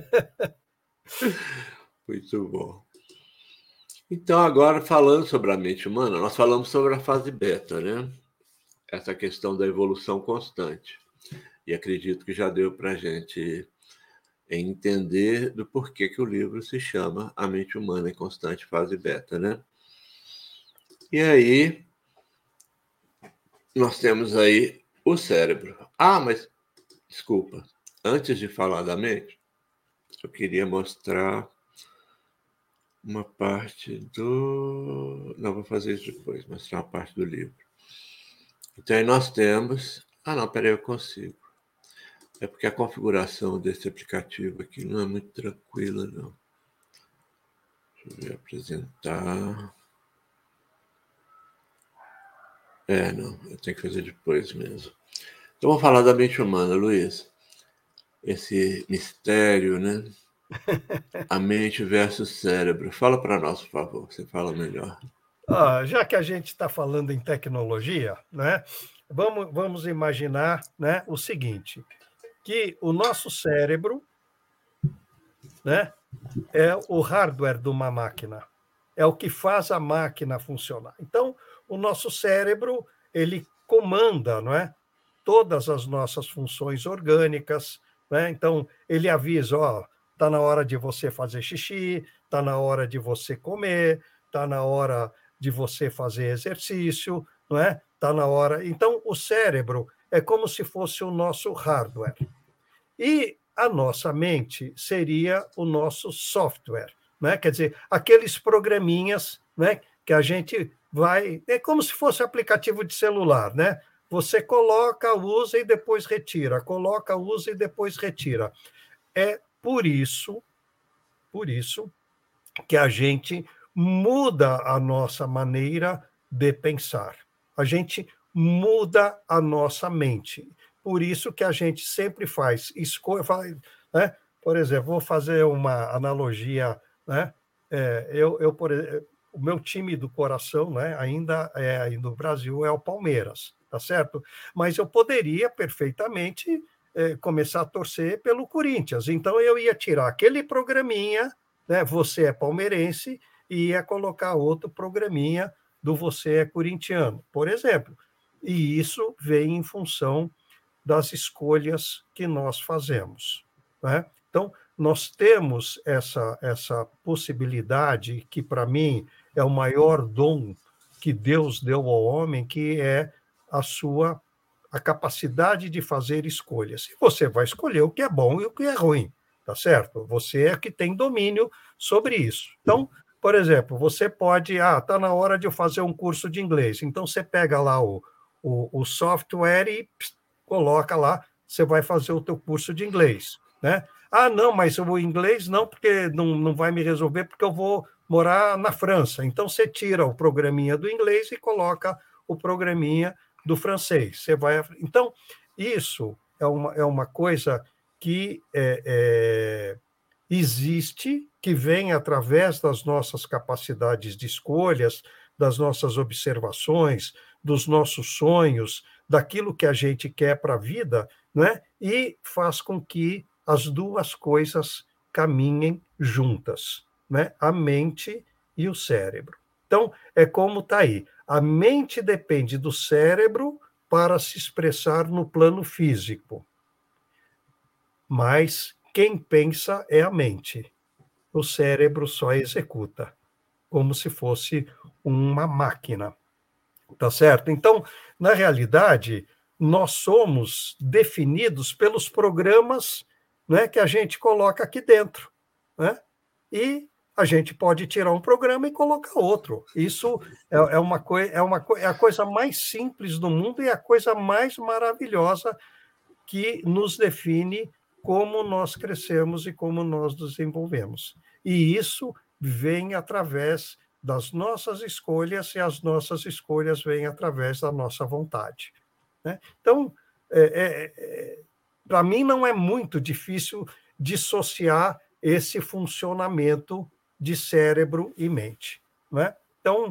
Muito bom. Então, agora falando sobre a mente humana, nós falamos sobre a fase beta, né? Essa questão da evolução constante. E acredito que já deu para a gente entender do porquê que o livro se chama A Mente Humana em Constante Fase Beta, né? E aí, nós temos aí o cérebro. Ah, mas, desculpa, antes de falar da mente, eu queria mostrar uma parte do... Não, vou fazer isso depois, mostrar uma parte do livro. Então, aí nós temos... Ah, não, peraí, eu consigo. É porque a configuração desse aplicativo aqui não é muito tranquila, não. Deixa eu ver, apresentar. Não, eu tenho que fazer depois mesmo. Então, vou falar da mente humana, Luiz. Esse mistério, né? A mente versus cérebro. Fala para nós, por favor, você fala melhor. Já que a gente está falando em tecnologia, né, vamos imaginar, né, o seguinte, que o nosso cérebro, né, é o hardware de uma máquina, é o que faz a máquina funcionar. Então, o nosso cérebro, ele comanda, não é, todas as nossas funções orgânicas, né? Então, ele avisa, ó, está na hora de você fazer xixi, está na hora de você comer, está na hora de você fazer exercício, não é? Está na hora. Então, o cérebro é como se fosse o nosso hardware. E a nossa mente seria o nosso software, né? Quer dizer, aqueles programinhas, né, que a gente vai... É como se fosse aplicativo de celular, né? Você coloca, usa e depois retira, coloca, usa e depois retira. É por isso que a gente muda a nossa maneira de pensar. A gente muda a nossa mente. Por isso que a gente sempre faz escolha, né? Por exemplo, vou fazer uma analogia, né? O meu time do coração, né, ainda é aí no Brasil é o Palmeiras, tá certo? Mas eu poderia perfeitamente começar a torcer pelo Corinthians. Então eu ia tirar aquele programinha, né, você é palmeirense, e ia colocar outro programinha do você é corintiano, por exemplo. E isso vem em função das escolhas que nós fazemos, né? Então, nós temos essa possibilidade, que para mim é o maior dom que Deus deu ao homem, que é a capacidade de fazer escolhas. E você vai escolher o que é bom e o que é ruim, tá certo? Você é que tem domínio sobre isso. Então, por exemplo, você pode, está na hora de eu fazer um curso de inglês. Então, você pega lá o software e coloca lá, você vai fazer o teu curso de inglês, né? Não, mas o inglês não, porque não vai me resolver, porque eu vou morar na França. Então, você tira o programinha do inglês e coloca o programinha do francês. Você vai... Então, isso é uma coisa que existe, que vem através das nossas capacidades de escolhas, das nossas observações, dos nossos sonhos, daquilo que a gente quer para a vida, né? E faz com que as duas coisas caminhem juntas, né? A mente e o cérebro. Então, é como está aí. A mente depende do cérebro para se expressar no plano físico. Mas quem pensa é a mente. O cérebro só executa, como se fosse uma máquina. Tá certo? Então, na realidade, nós somos definidos pelos programas, né, que a gente coloca aqui dentro, né? E a gente pode tirar um programa e colocar outro. Isso é a coisa mais simples do mundo e a coisa mais maravilhosa que nos define como nós crescemos e como nós nos desenvolvemos. E isso vem através das nossas escolhas e as nossas escolhas vêm através da nossa vontade, né? Então, para mim, não é muito difícil dissociar esse funcionamento de cérebro e mente, né? Então,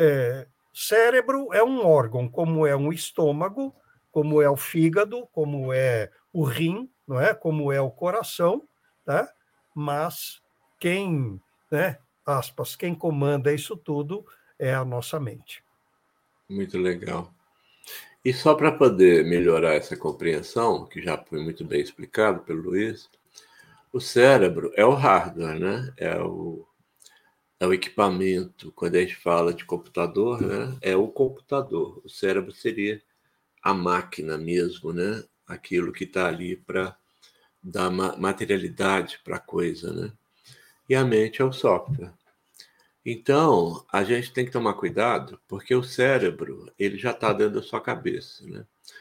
cérebro é um órgão, como é um estômago, como é o fígado, como é o rim, não é? Como é o coração, tá? Mas quem, né, aspas, quem comanda isso tudo é a nossa mente. Muito legal. E só para poder melhorar essa compreensão, que já foi muito bem explicado pelo Luiz, o cérebro é o hardware, né? É o equipamento. Quando a gente fala de computador, né? É o computador. O cérebro seria a máquina mesmo, né? Aquilo que está ali para dar materialidade para a coisa, né? E a mente é o software. Então, a gente tem que tomar cuidado, porque o cérebro ele já está dentro da sua cabeça, né?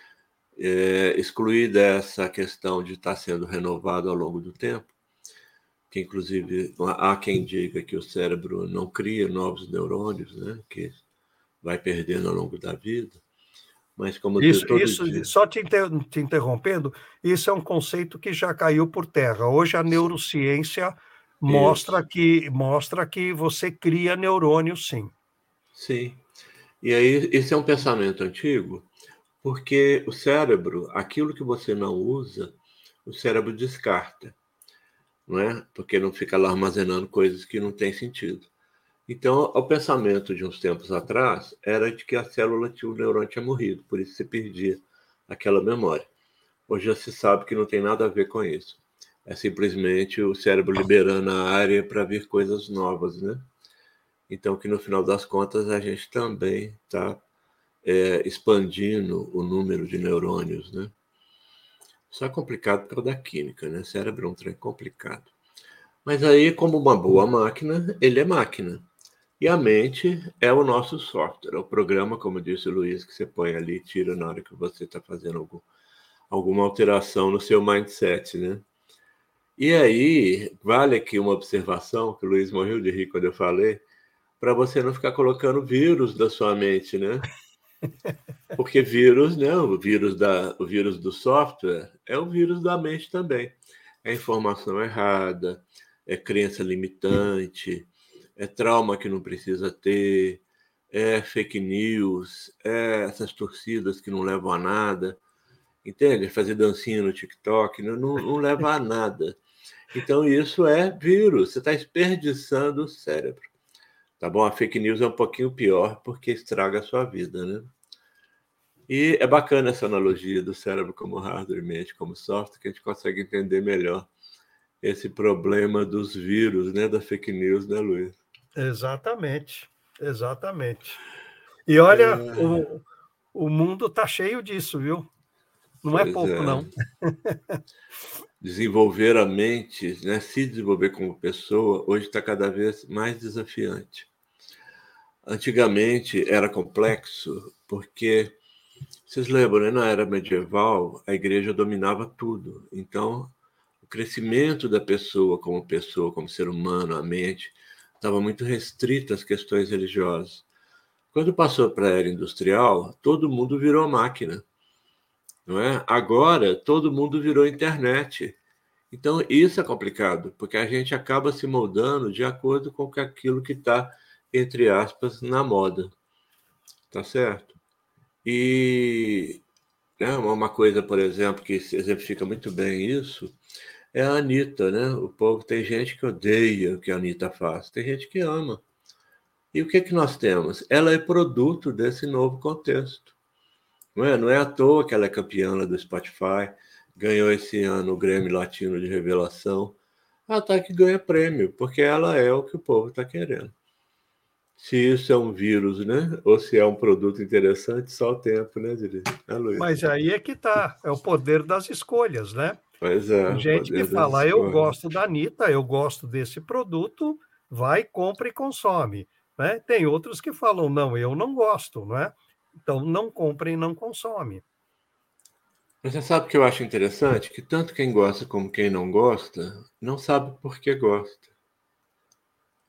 Excluída essa questão de estar sendo renovado ao longo do tempo, que inclusive há quem diga que o cérebro não cria novos neurônios, né? Que vai perdendo ao longo da vida, mas como todo dia. Só te interrompendo, isso é um conceito que já caiu por terra. Hoje a neurociência mostra Isso. que você cria neurônios, sim. Sim. E aí, esse é um pensamento antigo, porque o cérebro, aquilo que você não usa, o cérebro descarta, não é? Porque não fica lá armazenando coisas que não têm sentido. Então, o pensamento de uns tempos atrás era de que a célula tinha o neurônio tinha morrido, por isso se perdia aquela memória. Hoje já se sabe que não tem nada a ver com isso. É simplesmente o cérebro liberando a área para vir coisas novas, né? Então, que no final das contas a gente também está expandindo o número de neurônios, né? Isso é complicado por causa da química, né? Cérebro é um trem complicado. Mas aí, como uma boa máquina, ele é máquina. E a mente é o nosso software, é o programa, como disse o Luiz, que você põe ali e tira na hora que você está fazendo alguma alteração no seu mindset, né? E aí, vale aqui uma observação, que o Luiz morreu de rir quando eu falei, para você não ficar colocando vírus da sua mente, né? Porque vírus, né? O vírus do software é o vírus da mente também. É informação errada, é crença limitante, é trauma que não precisa ter, é fake news, é essas torcidas que não levam a nada, entende? Fazer dancinha no TikTok não leva a nada. Então isso é vírus, você está desperdiçando o cérebro. Tá bom? A fake news é um pouquinho pior porque estraga a sua vida, né? E é bacana essa analogia do cérebro como hardware e mente como software, que a gente consegue entender melhor esse problema dos vírus, né, da fake news, né, Luiz? Exatamente, exatamente. E olha, o mundo está cheio disso, viu? Não é Pois pouco, é. não. Desenvolver a mente, né, se desenvolver como pessoa, hoje está cada vez mais desafiante. Antigamente era complexo, porque vocês lembram, né, na era medieval, a igreja dominava tudo. Então, o crescimento da pessoa, como ser humano, a mente, estava muito restrito às questões religiosas. Quando passou para a era industrial, todo mundo virou máquina, não é? Agora, todo mundo virou internet. Então, isso é complicado, porque a gente acaba se moldando de acordo com aquilo que está, entre aspas, na moda. Tá certo? E né, uma coisa, por exemplo, que exemplifica muito bem isso, é a Anitta, né? O povo tem gente que odeia o que a Anitta faz, tem gente que ama. E o que que nós temos? Ela é produto desse novo contexto. Não é à toa que ela é campeã lá do Spotify, ganhou esse ano o Grammy Latino de Revelação. Ela tá que ganha prêmio, porque ela é o que o povo está querendo. Se isso é um vírus, né? Ou se é um produto interessante, só o tempo, né, Diri? Luiz? Mas aí é que está, é o poder das escolhas, né? Pois é, Tem o gente que poder das fala, eu escolhas. gosto da Anitta, eu gosto desse produto, vai, compra e consome, né? Tem outros que falam, não, eu não gosto, não é? Então, não compra e não consome. Mas você sabe o que eu acho interessante? Que tanto quem gosta como quem não gosta, não sabe por que gosta.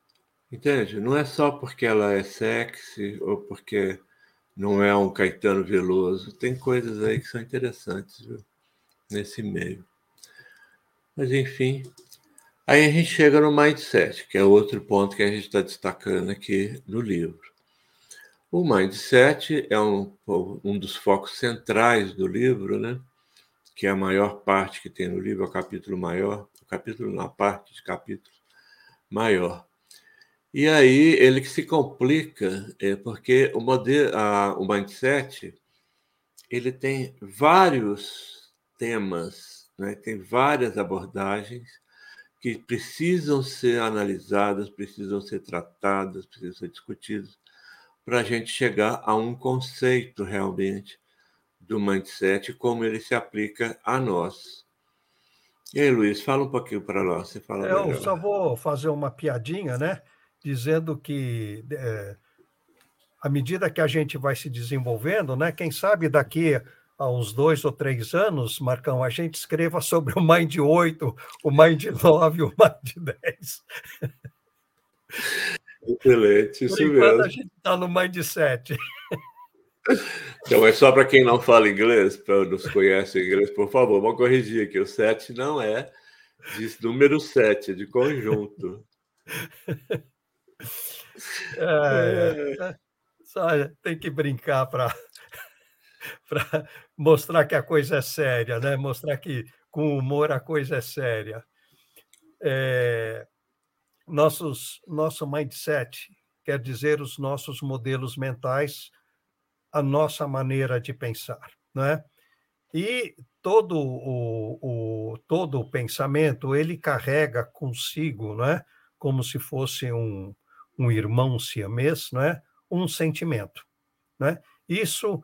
Entende? Não é só porque ela é sexy ou porque não é um Caetano Veloso. Tem coisas aí que são interessantes, viu? Nesse meio. Mas, enfim. Aí a gente chega no mindset, que é outro ponto que a gente está destacando aqui no livro. O mindset é um dos focos centrais do livro, né? Que é a maior parte que tem no livro, é o capítulo maior, o capítulo na parte de capítulo maior. E aí ele que se complica, porque o mindset ele tem vários temas, né? Tem várias abordagens que precisam ser analisadas, precisam ser tratadas, precisam ser discutidas, para a gente chegar a um conceito realmente do mindset, como ele se aplica a nós. E aí, Luiz, fala um pouquinho para nós, você fala Eu só melhor. vou fazer uma piadinha, né? Dizendo que à medida que a gente vai se desenvolvendo, né? Quem sabe daqui a uns 2 ou 3 anos, Marcão, a gente escreva sobre o Mind 8, o Mind 9, o Mind 10. Excelente, Por isso enquanto, a mesmo. gente está no Mind 7. Então, é só para quem não fala inglês, para nos conhece inglês, por favor, vamos corrigir aqui. O 7 não é de número 7, é de conjunto. É, Só tem que brincar para mostrar que a coisa é séria, né? Mostrar que com humor a coisa é séria. Nosso mindset quer dizer os nossos modelos mentais, a nossa maneira de pensar, né? E todo o pensamento ele carrega consigo, né? Como se fosse um irmão siamês, né? Um sentimento, né? Isso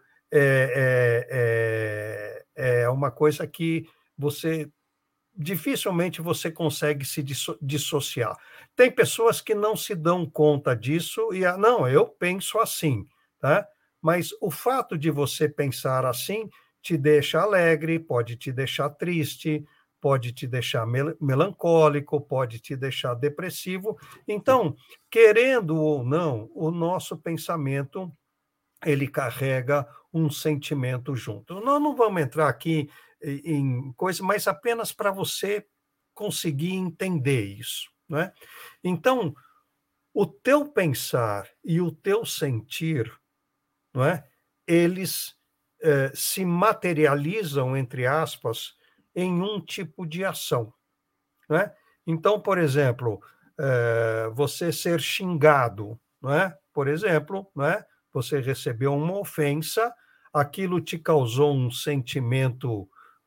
é uma coisa que você dificilmente você consegue se dissociar. Tem pessoas que não se dão conta disso e, não, eu penso assim, tá? Mas o fato de você pensar assim te deixa alegre, pode te deixar triste, pode te deixar melancólico, pode te deixar depressivo. Então, querendo ou não, o nosso pensamento ele carrega um sentimento junto. Nós não vamos entrar aqui em coisa, mas apenas para você conseguir entender isso, né? Então, o teu pensar e o teu sentir, não é? Eles se materializam, entre aspas, em um tipo de ação, né? Então, por exemplo, você ser xingado, não é? Por exemplo, não é? Você recebeu uma ofensa, aquilo te causou um sentimento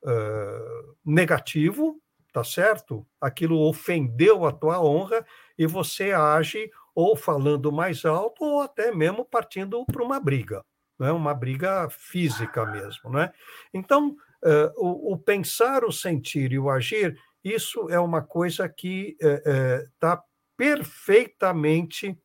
negativo, tá certo? Aquilo ofendeu a tua honra e você age ou falando mais alto ou até mesmo partindo para uma briga, né? Uma briga física mesmo, né? Então, o pensar, o sentir e o agir, isso é uma coisa que está perfeitamente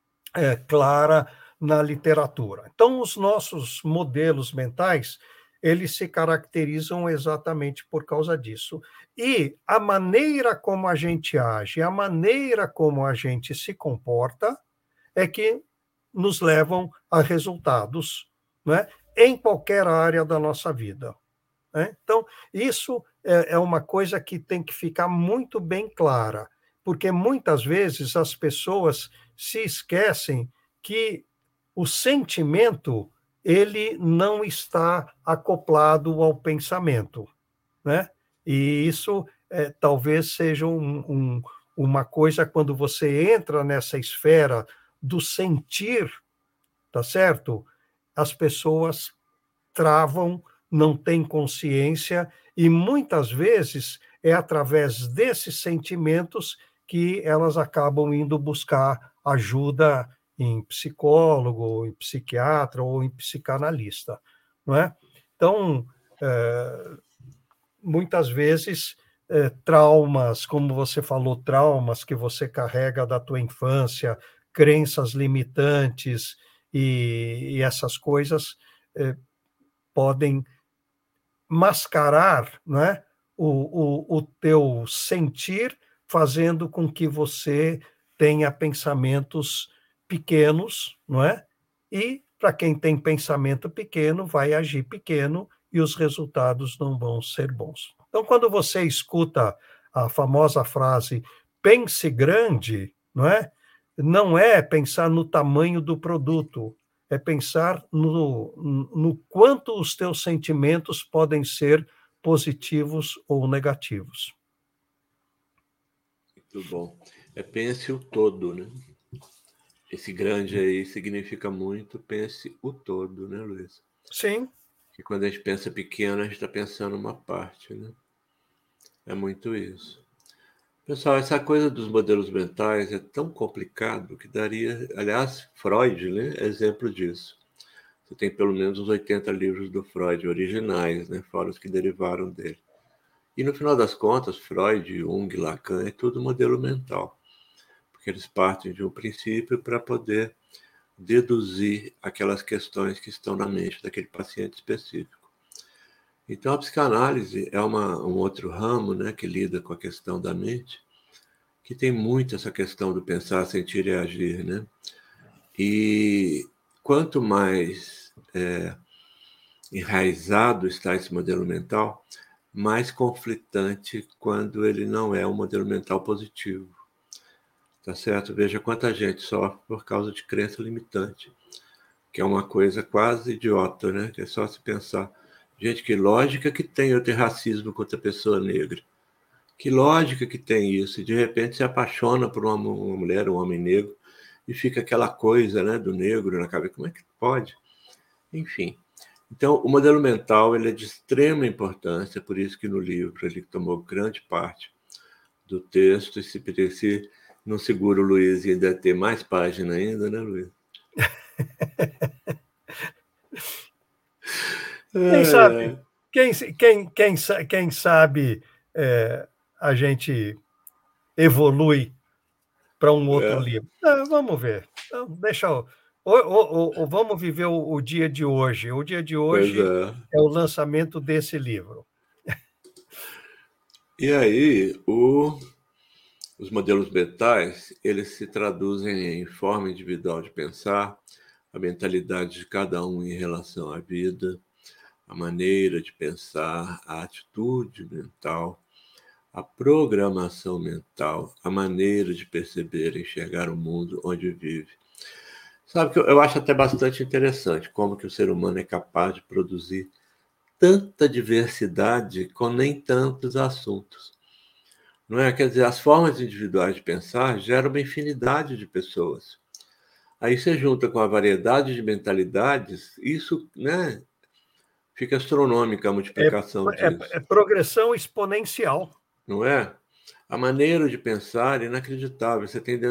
clara na literatura. Então, os nossos modelos mentais, eles se caracterizam exatamente por causa disso. E a maneira como a gente age, a maneira como a gente se comporta, é que nos levam a resultados, né? Em qualquer área da nossa vida, né? Então, isso é uma coisa que tem que ficar muito bem clara, porque muitas vezes as pessoas se esquecem que o sentimento ele não está acoplado ao pensamento, né? E isso talvez seja uma coisa quando você entra nessa esfera do sentir, tá certo? As pessoas travam, não têm consciência e muitas vezes é através desses sentimentos que elas acabam indo buscar ajuda em psicólogo, em psiquiatra ou em psicanalista, não é? Então, muitas vezes traumas, como você falou, traumas que você carrega da tua infância, crenças limitantes e essas coisas podem mascarar, né, o teu sentir, fazendo com que você tenha pensamentos pequenos, não é? E para quem tem pensamento pequeno, vai agir pequeno e os resultados não vão ser bons. Então, quando você escuta a famosa frase pense grande, não é? Não é pensar no tamanho do produto, é pensar no quanto os teus sentimentos podem ser positivos ou negativos. Muito bom. Pense o todo, né? Esse grande aí significa muito, pense o todo, né, Luiz? Sim. Que quando a gente pensa pequeno, a gente está pensando uma parte, né? É muito isso. Pessoal, essa coisa dos modelos mentais é tão complicado que daria... Aliás, Freud, né, é exemplo disso. Você tem pelo menos uns 80 livros do Freud originais, né, fora os que derivaram dele. E no final das contas, Freud, Jung, Lacan, é tudo modelo mental. Porque eles partem de um princípio para poder deduzir aquelas questões que estão na mente daquele paciente específico. Então, a psicanálise é um outro ramo, né, que lida com a questão da mente, que tem muito essa questão do pensar, sentir e agir, né? E quanto mais enraizado está esse modelo mental, mais conflitante quando ele não é um modelo mental positivo. Tá certo? Veja quanta gente sofre por causa de crença limitante, que é uma coisa quase idiota, né? Que é só se pensar. Gente, que lógica que tem eu ter racismo contra a pessoa negra? Que lógica que tem isso? E de repente se apaixona por uma mulher, um homem negro, e fica aquela coisa, né, do negro na cabeça. Como é que pode? Enfim. Então, o modelo mental ele é de extrema importância, por isso que no livro ele tomou grande parte do texto, e se não segura o Luiz e ainda ter mais página ainda, né, Luiz? Quem sabe, quem sabe a gente evolui para um outro livro. Vamos ver. Então, deixa eu, vamos viver o dia de hoje. O dia de Pois hoje é. é o lançamento desse livro. E aí, os modelos mentais, eles se traduzem em forma individual de pensar, a mentalidade de cada um em relação à vida, a maneira de pensar, a atitude mental, a programação mental, a maneira de perceber e enxergar o mundo onde vive. Sabe que eu acho até bastante interessante como que o ser humano é capaz de produzir tanta diversidade com nem tantos assuntos. Não é? Quer dizer, as formas individuais de pensar geram uma infinidade de pessoas. Aí você junta com a variedade de mentalidades, isso, né, fica astronômica a É, multiplicação disso, é progressão exponencial. não é? A maneira de pensar é inacreditável. Você tem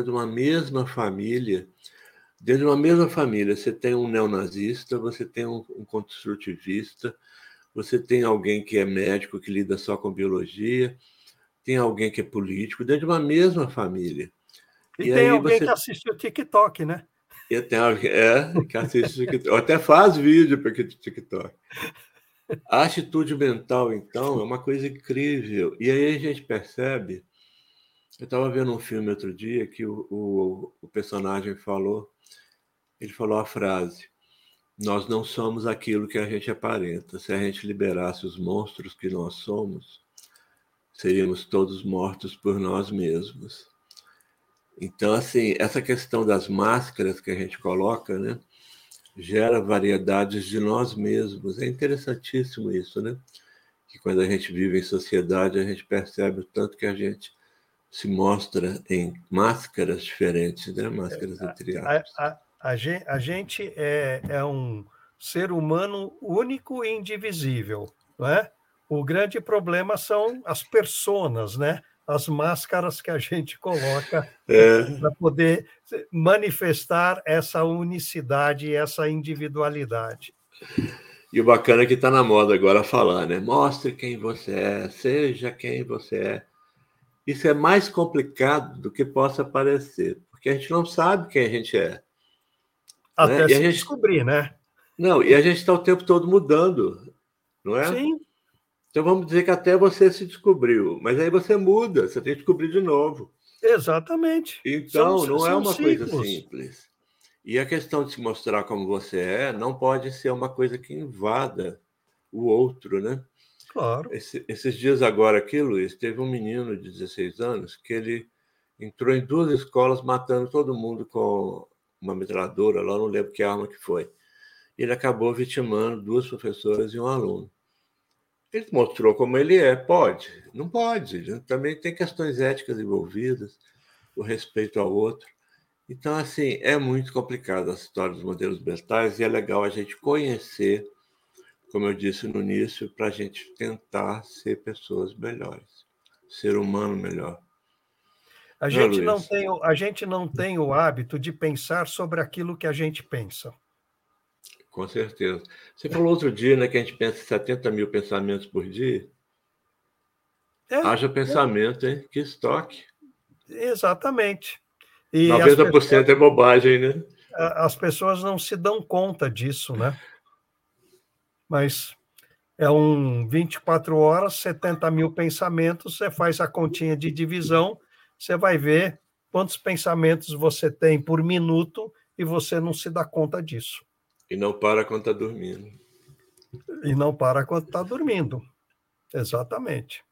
dentro de uma mesma família, você tem um neonazista, você tem um construtivista, você tem alguém que é médico, que lida só com biologia, tem alguém que é político, dentro de uma mesma família. E E tem aí alguém que você assiste o TikTok, né? tem alguém que assiste TikTok, ou até faz vídeo para o TikTok. A atitude mental, então, é uma coisa incrível. E aí a gente percebe. Eu estava vendo um filme outro dia que o personagem falou, ele falou a frase: nós não somos aquilo que a gente aparenta. Se a gente liberasse os monstros que nós somos, seríamos todos mortos por nós mesmos. Então, assim, essa questão das máscaras que a gente coloca, né, gera variedades de nós mesmos. É interessantíssimo isso, né? Que quando a gente vive em sociedade, a gente percebe o tanto que a gente se mostra em máscaras diferentes, né? Máscaras entre aspas. A gente é um ser humano único e indivisível, não é? O grande problema são as personas, né? As máscaras que a gente coloca para poder manifestar essa unicidade e essa individualidade. E o bacana é que está na moda agora falar, né? Mostre quem você é, seja quem você é. Isso é mais complicado do que possa parecer, porque a gente não sabe quem a gente é, né? Até E a se gente descobrir, né? não, e a gente está o tempo todo mudando, não é? Sim, Então vamos dizer que até você se descobriu, mas aí você muda, você tem que descobrir de novo. Exatamente. Então, não é São uma coisa ciclos. simples. E a questão de se mostrar como você é não pode ser uma coisa que invada o outro, né? Claro. Esses dias agora aqui, Luiz, teve um menino de 16 anos que ele entrou em 2 escolas matando todo mundo com uma metralhadora lá, não lembro que arma que foi. Ele acabou vitimando 2 professoras e um aluno. Ele mostrou como ele é. Pode? Não pode. Também tem questões éticas envolvidas, o respeito ao outro. Então, assim, é muito complicado a história dos modelos mentais e é legal a gente conhecer, como eu disse no início, para a gente tentar ser pessoas melhores, ser humano melhor. A Não é, gente não Luiz? tem, a gente não tem o hábito de pensar sobre aquilo que a gente pensa. Com certeza. Você falou outro dia, né, que a gente pensa 70 mil pensamentos por dia. É, Haja pensamento, hein? Que estoque. exatamente. E 90% é bobagem, né? as pessoas não se dão conta disso, né? Mas é um 24 horas, 70 mil pensamentos, você faz a continha de divisão, você vai ver quantos pensamentos você tem por minuto e você não se dá conta disso. E não para quando está dormindo. E não para quando está dormindo. Exatamente.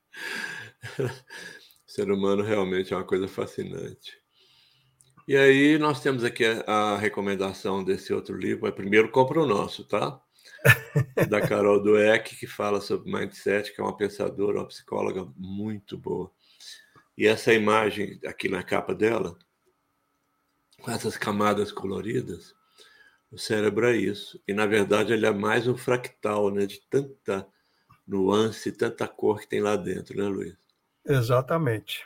O ser humano realmente é uma coisa fascinante. E aí nós temos aqui a recomendação desse outro livro, mas primeiro compra o nosso, tá? Da Carol Dweck, que fala sobre mindset, que é uma pensadora, uma psicóloga muito boa. E essa imagem aqui na capa dela, com essas camadas coloridas, o cérebro é isso. E na verdade ele é mais um fractal, né, de tanta nuance, tanta cor que tem lá dentro, né, Luiz? Exatamente.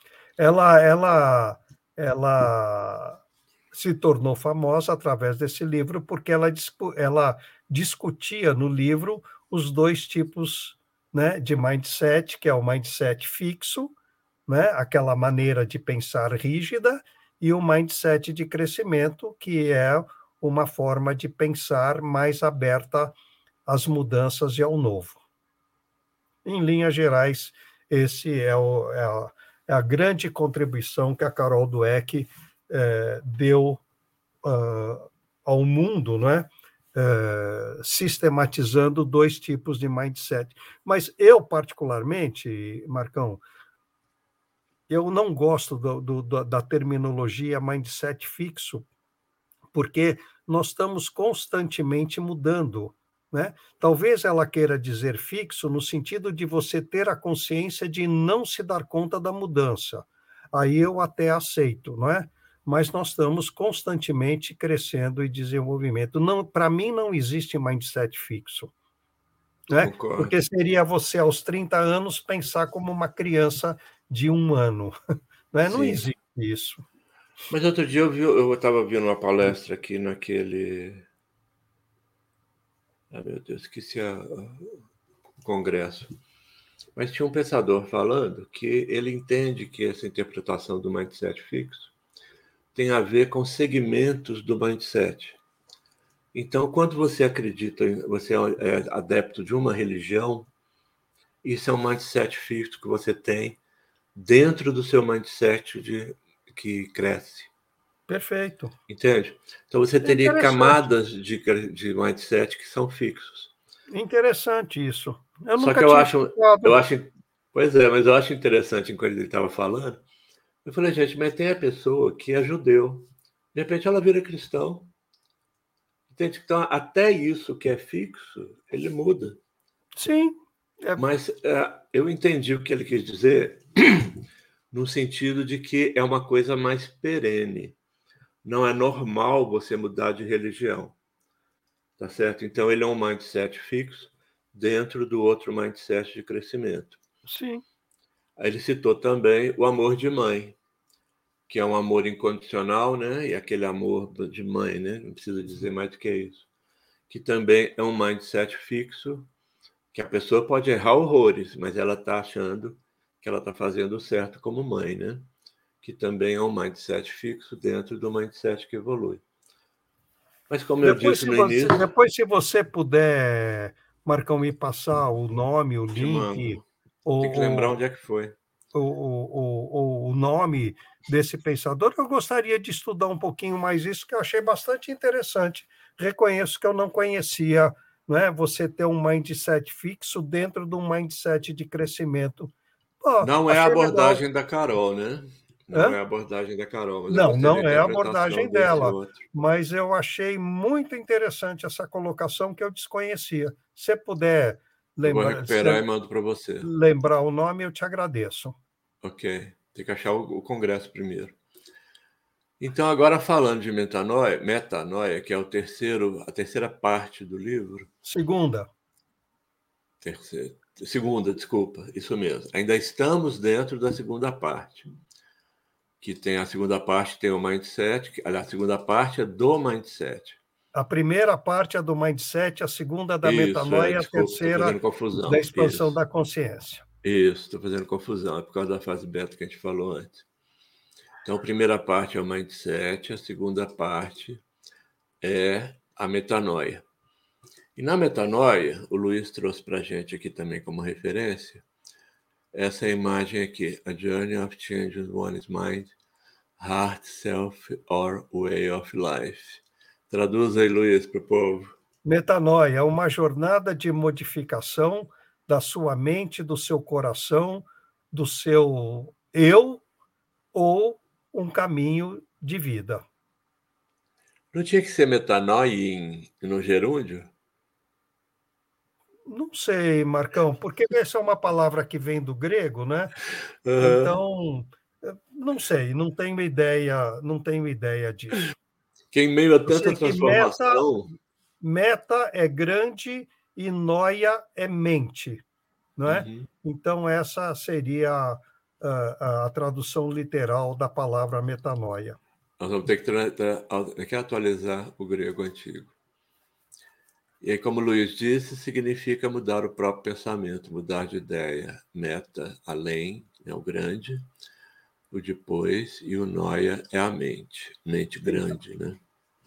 Ela se tornou famosa através desse livro porque ela discutia no livro os 2 tipos, né, de mindset, que é o mindset fixo, né, aquela maneira de pensar rígida, e o mindset de crescimento, que é uma forma de pensar mais aberta às mudanças e ao novo. Em linhas gerais, esse é a grande contribuição que a Carol Dweck deu ao mundo, né? Sistematizando 2 tipos de mindset. Mas eu, particularmente, Marcão, eu não gosto da terminologia mindset fixo, porque nós estamos constantemente mudando. Né? Talvez ela queira dizer fixo no sentido de você ter a consciência de não se dar conta da mudança. Aí eu até aceito, não é? Mas nós estamos constantemente crescendo e desenvolvimento. Não, para mim não existe mindset fixo, né? Concordo. Porque seria você aos 30 anos pensar como uma criança de 1 ano, né? Não Sim. existe isso. Mas outro dia eu estava vendo uma palestra aqui naquele. Ah, meu Deus, esqueci o congresso. Mas tinha um pensador falando que ele entende que essa interpretação do mindset fixo tem a ver com segmentos do mindset. Então, quando você acredita, você é adepto de uma religião, isso é um mindset fixo que você tem dentro do seu mindset que cresce. Perfeito. Entende? Então você É teria interessante. camadas de mindset que são fixos. Interessante isso. Eu Só que nunca tinha escutado. pois é, mas eu acho interessante enquanto ele estava falando. Eu falei, gente, mas tem a pessoa que é judeu. De repente ela vira cristão. Entende? Então, até isso que é fixo, ele muda. Sim, é, Mas eu entendi o que ele quis dizer no sentido de que é uma coisa mais perene. Não é normal você mudar de religião. Tá certo? Então, ele é um mindset fixo dentro do outro mindset de crescimento. sim, Aí ele citou também o amor de mãe, que é um amor incondicional, né? E aquele amor de mãe, né? Não precisa dizer mais do que isso. Que também é um mindset fixo, que a pessoa pode errar horrores, mas ela está achando que ela está fazendo o certo como mãe, né? Que também é um mindset fixo dentro do mindset que evolui. Mas como eu disse no início, depois, se você puder, Marcão, me passar o nome, o te link, mando. Tem que lembrar ou, onde é que foi. o nome desse pensador, eu gostaria de estudar um pouquinho mais isso, que eu achei bastante interessante. Reconheço que eu não conhecia, né, você ter um mindset fixo dentro de um mindset de crescimento. Pô, Não é a achei legal. abordagem da Carol, né? Não Hã? é a abordagem da Carol, mas eu Não, gostei da não é a interpretação abordagem desse dela, outro. mas eu achei muito interessante essa colocação que eu desconhecia. Se você puder Eu vou lembrar, recuperar e mando para você. lembrar o nome, eu te agradeço. Ok. Tem que achar o congresso primeiro. Então, agora falando de metanoia, que é a terceira parte do livro, Segunda. segunda, desculpa, isso mesmo. Ainda estamos dentro da segunda parte, que tem a segunda parte tem o mindset, a segunda parte é do mindset. A primeira parte é do mindset, a segunda da Isso, metanoia, a desculpa, estou terceira fazendo da confusão. expansão da consciência. Isso, estou fazendo confusão, é por causa da fase beta que a gente falou antes. Então, a primeira parte é o mindset, a segunda parte é a metanoia. E na metanoia, o Luiz trouxe para a gente aqui também como referência essa imagem aqui, A Journey of Changing One's Mind, Heart, Self or Way of Life. Traduz aí, Luiz, para o povo. Metanoia é uma jornada de modificação da sua mente, do seu coração, do seu eu ou um caminho de vida. Não tinha que ser metanoia no gerúndio? Não sei, Marcão, porque essa é uma palavra que vem do grego, né? Uhum. Então, não sei, não tenho ideia disso. Que em meio a Eu tanta sei que meta, transformação. meta é grande e noia é mente, não é? Uhum. Então, essa seria a tradução literal da palavra metanoia. Nós vamos ter que atualizar o grego antigo. E aí, como o Luiz disse, significa mudar o próprio pensamento, mudar de ideia. Meta, além, é o grande, o depois, e o noia é a mente grande, né?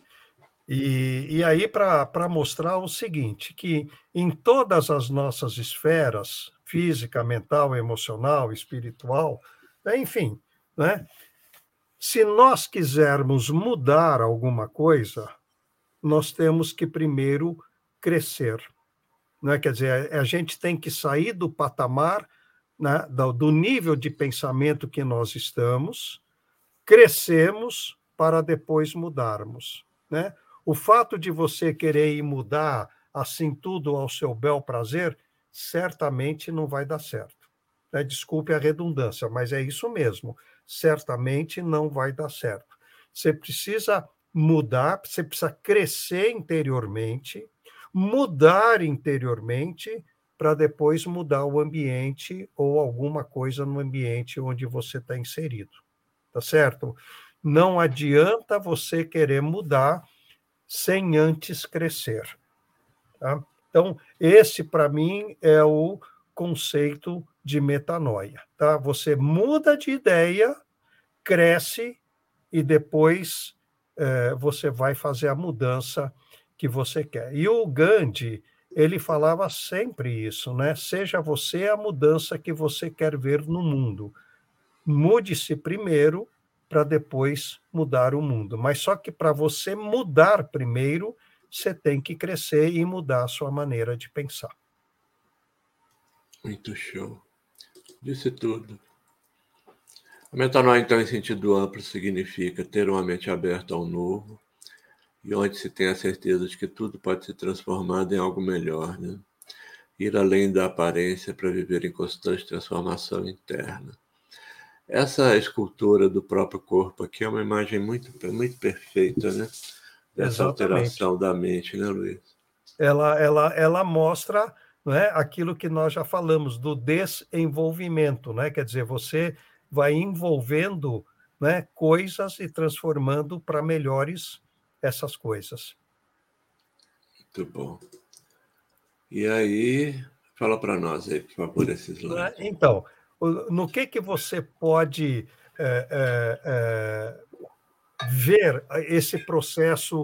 E aí, para mostrar o seguinte, que em todas as nossas esferas, física, mental, emocional, espiritual, enfim, né? Se nós quisermos mudar alguma coisa, nós temos que primeiro crescer. Né? Quer dizer, a gente tem que sair do patamar, né, do nível de pensamento que nós estamos, crescemos para depois mudarmos. Né? O fato de você querer ir mudar assim tudo ao seu bel prazer, certamente não vai dar certo. Né? Desculpe a redundância, mas é isso mesmo. Certamente não vai dar certo. Você precisa mudar, você precisa crescer interiormente, mudar interiormente, para depois mudar o ambiente ou alguma coisa no ambiente onde você está inserido. Tá certo? Não adianta você querer mudar sem antes crescer. Tá? Então, esse, para mim, é o conceito de metanoia. Tá? Você muda de ideia, cresce e depois você vai fazer a mudança que você quer. E o Gandhi, ele falava sempre isso, né? Seja você a mudança que você quer ver no mundo. Mude-se primeiro para depois mudar o mundo. Mas só que para você mudar primeiro, você tem que crescer e mudar a sua maneira de pensar. Muito show. Disse tudo. A metanoia, então, em sentido amplo, significa ter uma mente aberta ao novo e onde se tem a certeza de que tudo pode ser transformado em algo melhor, né? Ir além da aparência para viver em constante transformação interna. Essa escultura do próprio corpo aqui é uma imagem muito, muito perfeita, né? Dessa Exatamente. alteração da mente, né, Luiz? Ela mostra, né, aquilo que nós já falamos, do desenvolvimento. Né? Quer dizer, você vai envolvendo, né, coisas e transformando para melhores essas coisas. Muito bom. E aí, fala para nós aí, por favor, esse Né? slide. Então, no que você pode ver esse processo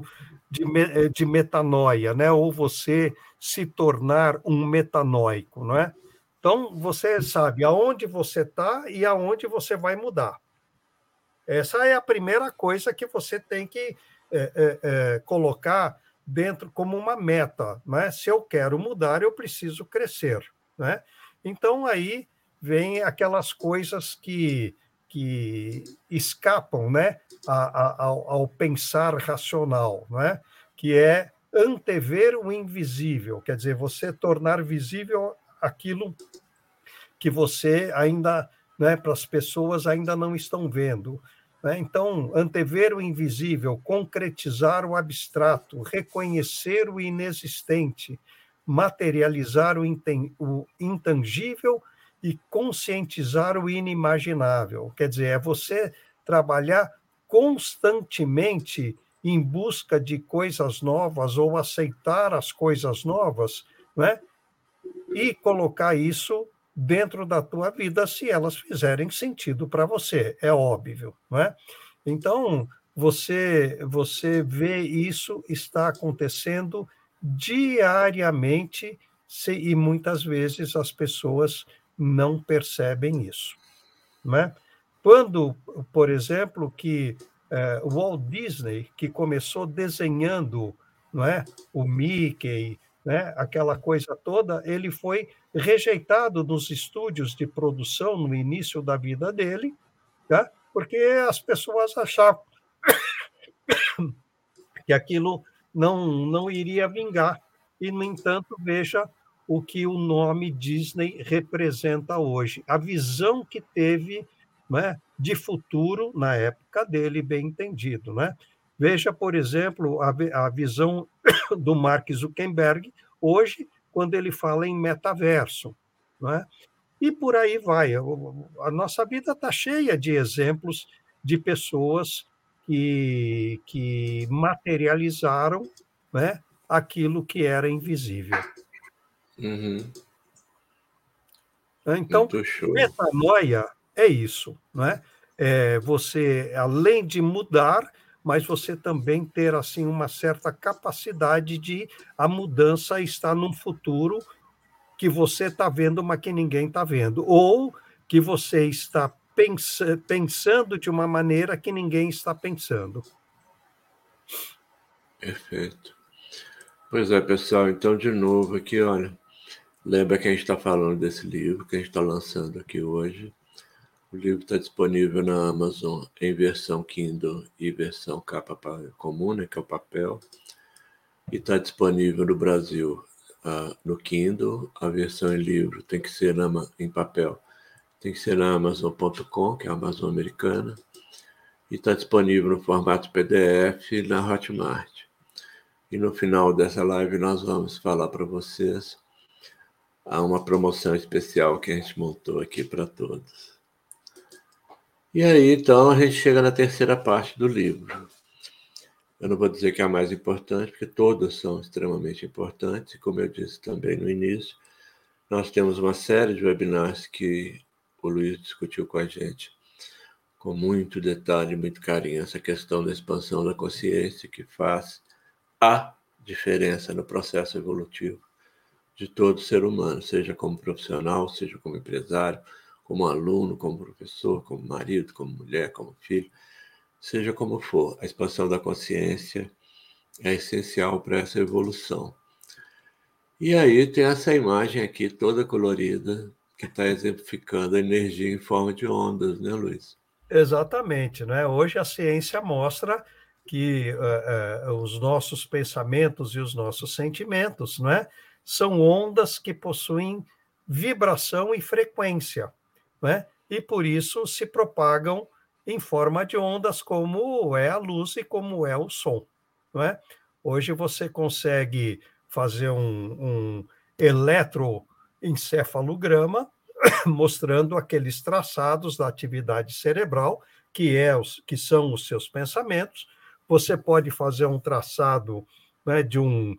de metanoia, né? Ou você se tornar um metanoico, não é? Então, você sabe aonde você está e aonde você vai mudar. Essa é a primeira coisa que você tem que colocar dentro como uma meta. Né? Se eu quero mudar, eu preciso crescer. Né? Então, aí vem aquelas coisas que escapam, né, ao pensar racional, né? Que é antever o invisível, quer dizer, você tornar visível aquilo que você ainda, né, para as pessoas ainda não estão vendo. Né? Então, antever o invisível, concretizar o abstrato, reconhecer o inexistente, materializar o intangível e conscientizar o inimaginável. Quer dizer, é você trabalhar constantemente em busca de coisas novas ou aceitar as coisas novas, né? E colocar isso dentro da tua vida se elas fizerem sentido para você, é óbvio, não é? Então, você vê isso está acontecendo diariamente e muitas vezes as pessoas não percebem isso, não é? Quando, por exemplo, que o Walt Disney, que começou desenhando, não é, o Mickey, né, aquela coisa toda, ele foi rejeitado nos estúdios de produção no início da vida dele, tá? Porque as pessoas achavam que aquilo não iria vingar. E, no entanto, veja o que o nome Disney representa hoje. A visão que teve, né, de futuro na época dele, bem entendido. Né? Veja, por exemplo, a visão do Mark Zuckerberg hoje, quando ele fala em metaverso. Né? E por aí vai. A nossa vida está cheia de exemplos de pessoas que materializaram, né, aquilo que era invisível. Uhum. Então, Muito show. metanoia é isso, né? É você, além de mudar, mas você também ter assim uma certa capacidade de a mudança estar num futuro que você está vendo, mas que ninguém está vendo, ou que você está pensando de uma maneira que ninguém está pensando. Perfeito. Pois é, pessoal, então de novo aqui, olha, lembra que a gente está falando desse livro que a gente está lançando aqui hoje. O livro está disponível na Amazon em versão Kindle e versão capa comum, né, que é o papel. E está disponível no Brasil no Kindle. A versão em livro tem que ser em papel. Tem que ser na Amazon.com, que é a Amazon americana. E está disponível no formato PDF na Hotmart. E no final dessa live nós vamos falar para vocês uma promoção especial que a gente montou aqui para todos. E aí, então, a gente chega na terceira parte do livro. Eu não vou dizer que é a mais importante, porque todas são extremamente importantes, e como eu disse também no início, nós temos uma série de webinars que o Luiz discutiu com a gente com muito detalhe, muito carinho, essa questão da expansão da consciência que faz a diferença no processo evolutivo de todo ser humano, seja como profissional, seja como empresário, como aluno, como professor, como marido, como mulher, como filho, seja como for, a expansão da consciência é essencial para essa evolução. E aí tem essa imagem aqui toda colorida que está exemplificando a energia em forma de ondas, né, Luiz? Exatamente, né? Hoje a ciência mostra que os nossos pensamentos e os nossos sentimentos, né, são ondas que possuem vibração e frequência, né? E por isso se propagam em forma de ondas, como é a luz e como é o som, não é? Hoje você consegue fazer um eletroencefalograma mostrando aqueles traçados da atividade cerebral, que são os seus pensamentos. Você pode fazer um traçado, né, de um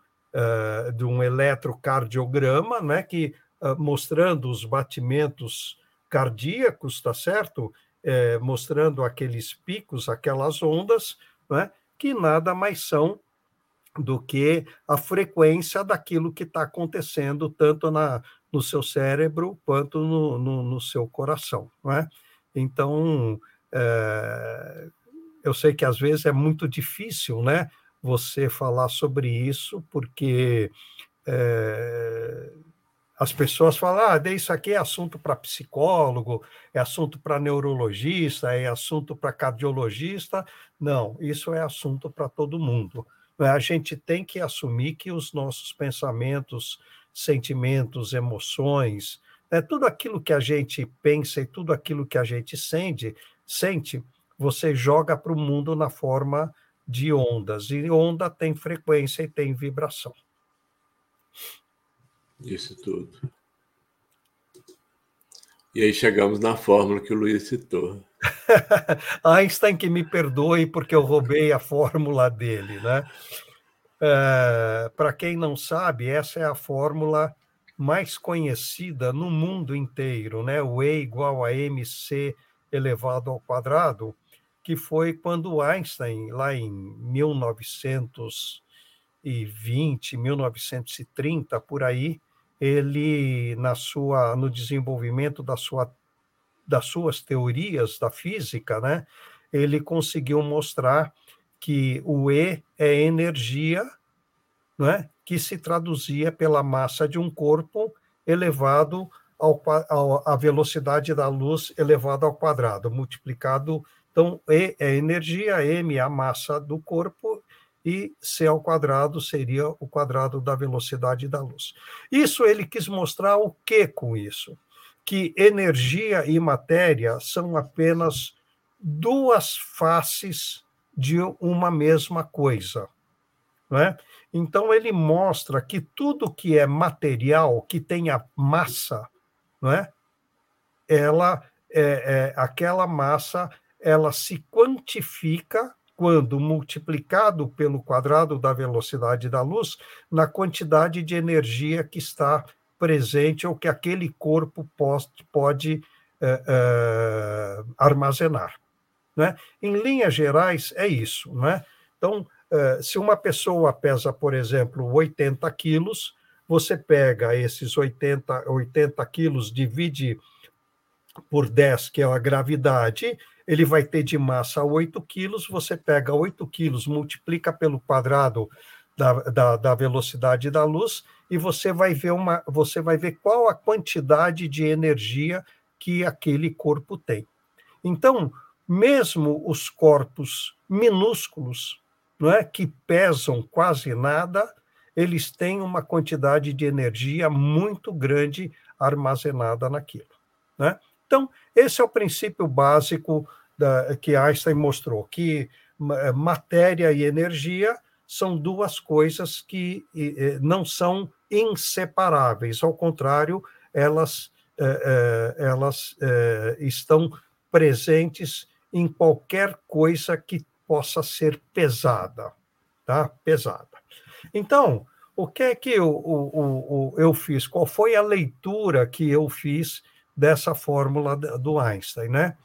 eletrocardiograma, né, mostrando os batimentos cardíacos, tá certo? Mostrando aqueles picos, aquelas ondas, né, que nada mais são do que a frequência daquilo que está acontecendo, tanto no seu cérebro quanto no seu coração. Não é? Então, eu sei que às vezes é muito difícil, né, você falar sobre isso, porque as pessoas falam, isso aqui é assunto para psicólogo, é assunto para neurologista, é assunto para cardiologista. Não, isso é assunto para todo mundo. A gente tem que assumir que os nossos pensamentos, sentimentos, emoções, tudo aquilo que a gente pensa e tudo aquilo que a gente sente, você joga para o mundo na forma de ondas. E onda tem frequência e tem vibração. Isso tudo. E aí chegamos na fórmula que o Luiz citou. Einstein que me perdoe porque eu roubei a fórmula dele, né? Para quem não sabe, essa é a fórmula mais conhecida no mundo inteiro, né? O E igual a mc elevado ao quadrado, que foi quando Einstein, lá em 1920, 1930, por aí, ele, no desenvolvimento das suas teorias da física, né, ele conseguiu mostrar que o E é energia, né, que se traduzia pela massa de um corpo elevado à velocidade da luz elevado ao quadrado, multiplicado. Então, E é energia, M é a massa do corpo, e C ao quadrado seria o quadrado da velocidade da luz. Isso ele quis mostrar o que com isso? Que energia e matéria são apenas duas faces de uma mesma coisa. Não é? Então, ele mostra que tudo que é material, que tenha massa, não é? Aquela massa ela se quantifica quando multiplicado pelo quadrado da velocidade da luz na quantidade de energia que está presente ou que aquele corpo pode armazenar. Né? Em linhas gerais, é isso. Né? Então, se uma pessoa pesa, por exemplo, 80 quilos, você pega esses 80 quilos, divide por 10, que é a gravidade, ele vai ter de massa 8 quilos, você pega 8 quilos, multiplica pelo quadrado da velocidade da luz, e você vai ver qual a quantidade de energia que aquele corpo tem. Então, mesmo os corpos minúsculos, não é, que pesam quase nada, eles têm uma quantidade de energia muito grande armazenada naquilo. Né? Então, esse é o princípio básico que Einstein mostrou, que matéria e energia são duas coisas que não são inseparáveis, ao contrário, elas estão presentes em qualquer coisa que possa ser pesada, tá? Pesada. Então, o que é que eu fiz? Qual foi a leitura que eu fiz dessa fórmula do Einstein, né?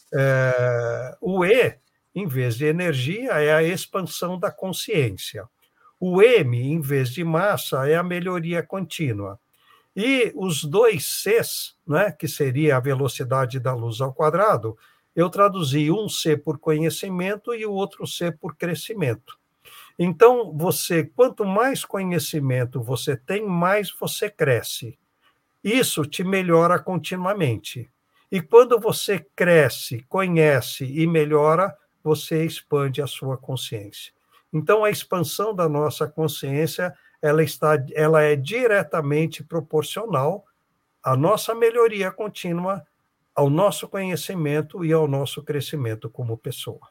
O E, em vez de energia, é a expansão da consciência. O M, em vez de massa, é a melhoria contínua. E os dois Cs, né, que seria a velocidade da luz ao quadrado, eu traduzi um C por conhecimento e o outro C por crescimento. Então, quanto mais conhecimento você tem, mais você cresce. Isso te melhora continuamente. E quando você cresce, conhece e melhora, você expande a sua consciência. Então, a expansão da nossa consciência, ela é diretamente proporcional à nossa melhoria contínua, ao nosso conhecimento e ao nosso crescimento como pessoa.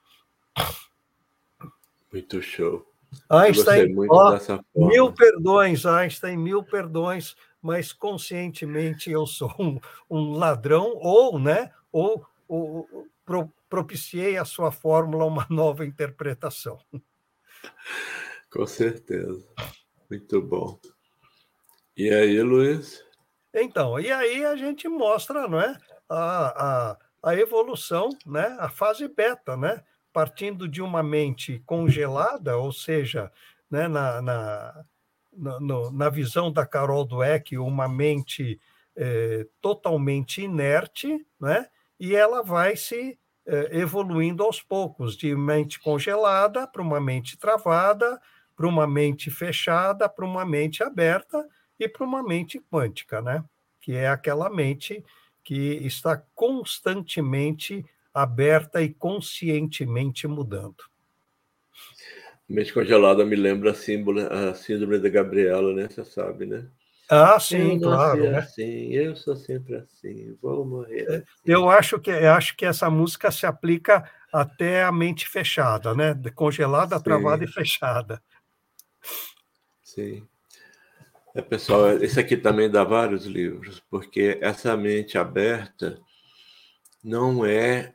Muito show. Einstein, eu gostei muito dessa forma. 1000 perdões, Einstein, 1000 perdões, mas conscientemente eu sou um ladrão, ou propiciei a sua fórmula uma nova interpretação. Com certeza. Muito bom. E aí, Luiz? Então, e aí a gente mostra, não é, a evolução, né, a fase beta, né, partindo de uma mente congelada, ou seja, né, na visão da Carol Dweck, uma mente totalmente inerte, né, e ela vai se evoluindo aos poucos, de mente congelada para uma mente travada, para uma mente fechada, para uma mente aberta e para uma mente quântica, né? Que é aquela mente que está constantemente aberta e conscientemente mudando. Mente congelada me lembra a síndrome da Gabriela, né? Você sabe, né? Ah, Eu sim, nasci claro, né? assim, eu sou sempre assim, vou morrer assim. Eu acho que essa música se aplica até a mente fechada, né? Congelada, travada Sim, e fechada. sim. Pessoal, esse aqui também dá vários livros, porque essa mente aberta não é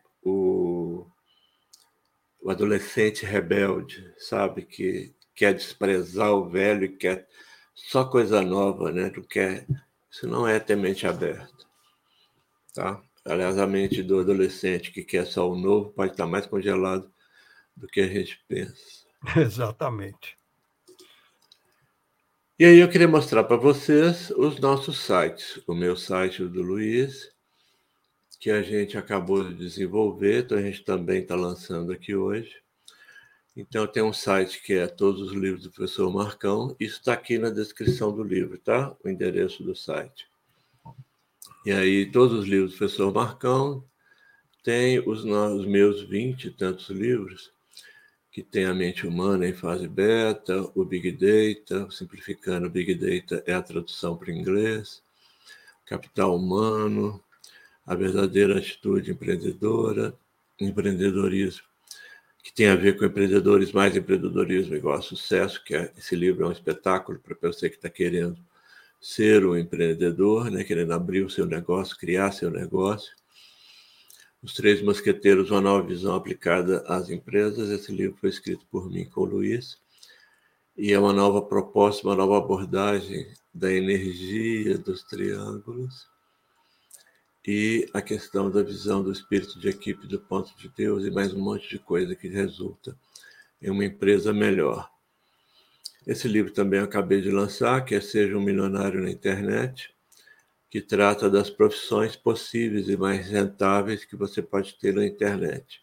o adolescente rebelde, sabe? Que quer desprezar o velho e quer só coisa nova, né? Isso não é ter mente aberta, tá? Aliás, a mente do adolescente que quer só o novo pode estar mais congelado do que a gente pensa. Exatamente. E aí eu queria mostrar para vocês os nossos sites. O meu site, o do Luiz, que a gente acabou de desenvolver, então a gente também está lançando aqui hoje. Então tem um site que é Todos os Livros do Professor Marcão. Isso está aqui na descrição do livro, tá? O endereço do site. E aí todos os livros do Professor Marcão tem os meus 20 e tantos livros, que tem a mente humana em fase beta, o Big Data, simplificando, o Big Data é a tradução para o inglês, Capital Humano, a verdadeira atitude empreendedora, empreendedorismo, que tem a ver com empreendedores, mais empreendedorismo igual a sucesso, esse livro é um espetáculo para você que está querendo ser um empreendedor, né, querendo abrir o seu negócio, criar seu negócio. Os Três Mosqueteiros, uma nova visão aplicada às empresas. Esse livro foi escrito por mim com o Luiz, e é uma nova proposta, uma nova abordagem da energia dos triângulos e a questão da visão do espírito de equipe do ponto de Deus e mais um monte de coisa que resulta em uma empresa melhor. Esse livro também eu acabei de lançar, que é Seja um Milionário na Internet, que trata das profissões possíveis e mais rentáveis que você pode ter na internet.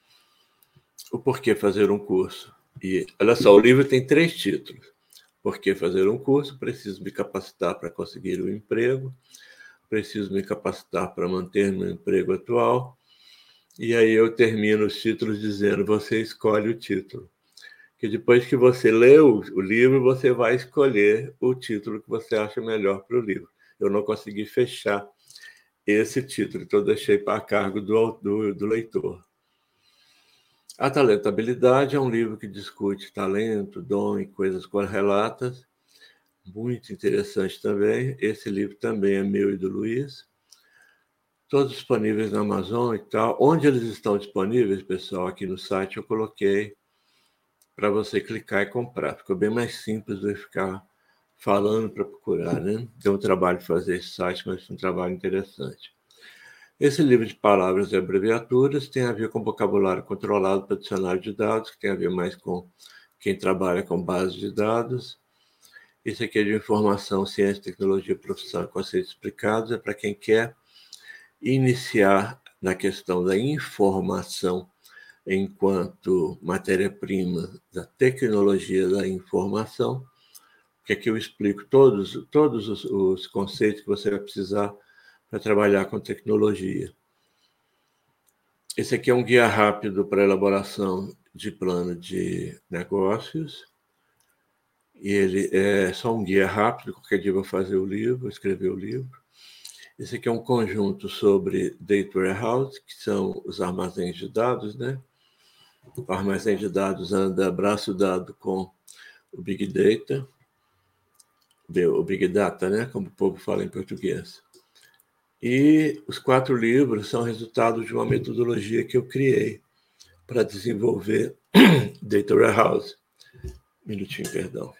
O porquê fazer um curso? E olha só, o livro tem 3 títulos. Por que fazer um curso? Preciso me capacitar para conseguir um emprego, preciso me capacitar para manter meu emprego atual. E aí eu termino os títulos dizendo: você escolhe o título. Que depois que você lê o livro, você vai escolher o título que você acha melhor para o livro. Eu não consegui fechar esse título, então eu deixei para cargo do leitor. A Talentabilidade é um livro que discute talento, dom e coisas correlatas. Muito interessante também. Esse livro também é meu e do Luiz. Todos disponíveis na Amazon e tal. Onde eles estão disponíveis, pessoal, aqui no site eu coloquei para você clicar e comprar. Ficou bem mais simples do que ficar falando para procurar, né? Deu um trabalho de fazer esse site, mas foi um trabalho interessante. Esse livro de palavras e abreviaturas tem a ver com vocabulário controlado para dicionário de dados, que tem a ver mais com quem trabalha com bases de dados. Esse aqui é de informação, ciência, tecnologia, profissão e conceitos explicados. É para quem quer iniciar na questão da informação enquanto matéria-prima da tecnologia da informação, que aqui eu explico todos os conceitos que você vai precisar para trabalhar com tecnologia. Esse aqui é um guia rápido para elaboração de plano de negócios. E ele é só um guia rápido, qualquer dia eu vou fazer o livro, escrever o livro. Esse aqui é um conjunto sobre Data Warehouse, que são os armazéns de dados, né? O armazém de dados anda braço dado com o Big Data, o Big Data, né? Como o povo fala em português. E os 4 livros são resultado de uma metodologia que eu criei para desenvolver Data Warehouse. Minutinho, perdão.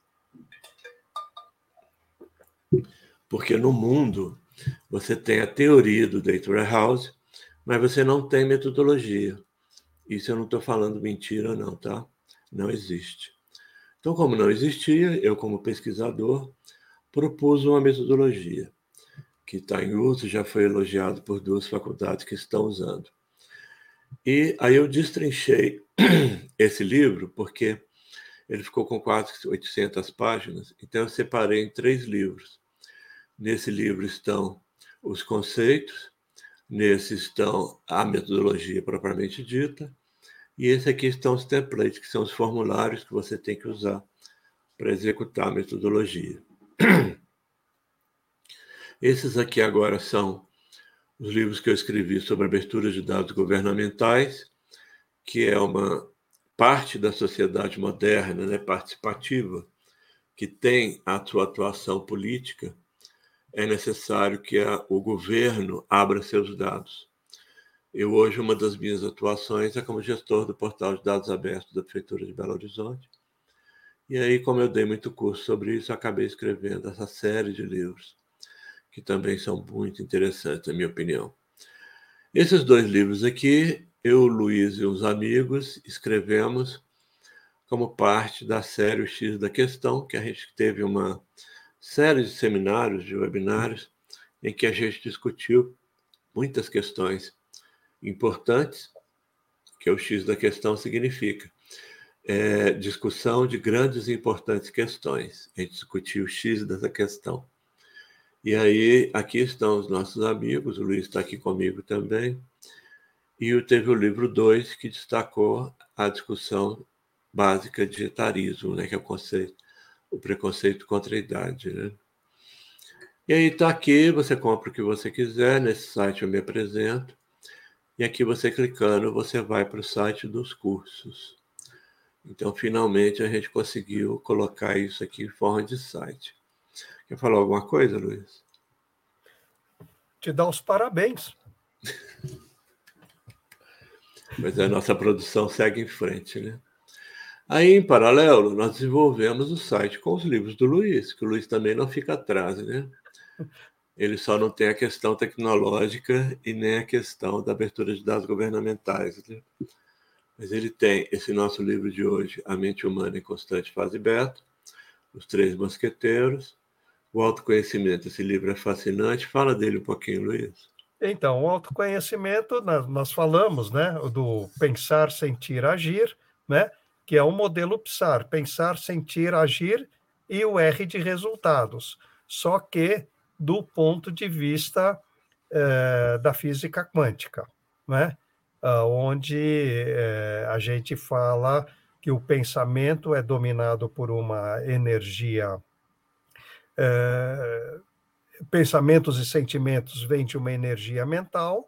Porque no mundo você tem a teoria do Data Warehouse, mas você não tem metodologia. Isso eu não estou falando mentira, não, tá? Não existe. Então, como não existia, eu, como pesquisador, propus uma metodologia que está em uso, já foi elogiado por 2 faculdades que estão usando. E aí eu destrinchei esse livro, porque ele ficou com quase 800 páginas, então eu separei em 3 livros. Nesse livro estão os conceitos, nesse estão a metodologia propriamente dita, e esse aqui estão os templates, que são os formulários que você tem que usar para executar a metodologia. Esses aqui agora são os livros que eu escrevi sobre abertura de dados governamentais, que é uma parte da sociedade moderna, né, participativa, que tem a sua atuação política. É necessário que o governo abra seus dados. Eu hoje, uma das minhas atuações é como gestor do portal de dados abertos da Prefeitura de Belo Horizonte. E aí, como eu dei muito curso sobre isso, acabei escrevendo essa série de livros, que também são muito interessantes, na minha opinião. Esses 2 livros aqui, eu, Luiz e uns amigos escrevemos como parte da série O X da Questão, que a gente teve uma série de seminários, de webinários, em que a gente discutiu muitas questões importantes, que o X da Questão significa. Discussão de grandes e importantes questões. A gente discutiu o X dessa questão. E aí, aqui estão os nossos amigos, o Luiz está aqui comigo também, e teve o livro 2, que destacou a discussão básica de etarismo, né, que é o preconceito contra a idade. Né? E aí está aqui, você compra o que você quiser, nesse site eu me apresento, e aqui você clicando, você vai para o site dos cursos. Então, finalmente, a gente conseguiu colocar isso aqui em forma de site. Quer falar alguma coisa, Luiz? Te dar os parabéns. Pois é, a nossa produção segue em frente, né? Aí, em paralelo, nós desenvolvemos o site com os livros do Luiz, que o Luiz também não fica atrás, né? Ele só não tem a questão tecnológica e nem a questão da abertura de dados governamentais, né? Mas ele tem esse nosso livro de hoje, A Mente Humana em Constante Fase Beta, Os Três Mosqueteiros, O Autoconhecimento. Esse livro é fascinante. Fala dele um pouquinho, Luiz. Então, o autoconhecimento, nós falamos, né, do pensar, sentir, agir, né, que é o modelo PSAR, pensar, sentir, agir, e o R de resultados, só que do ponto de vista da física quântica, né, onde a gente fala que o pensamento é dominado por uma energia pensamentos e sentimentos vêm de uma energia mental,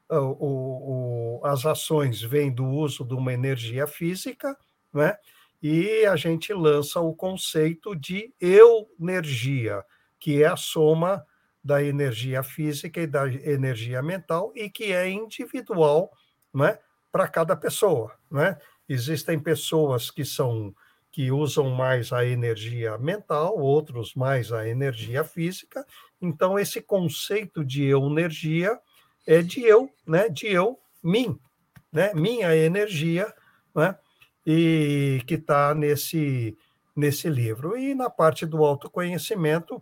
as ações vêm do uso de uma energia física, né? E a gente lança o conceito de eu-energia, que é a soma da energia física e da energia mental e que é individual, né, para cada pessoa, né? Existem pessoas que usam mais a energia mental, outros mais a energia física. Então, esse conceito de eu-energia é de eu, né? De eu, mim, né? Minha energia, né? E que está nesse livro. E na parte do autoconhecimento,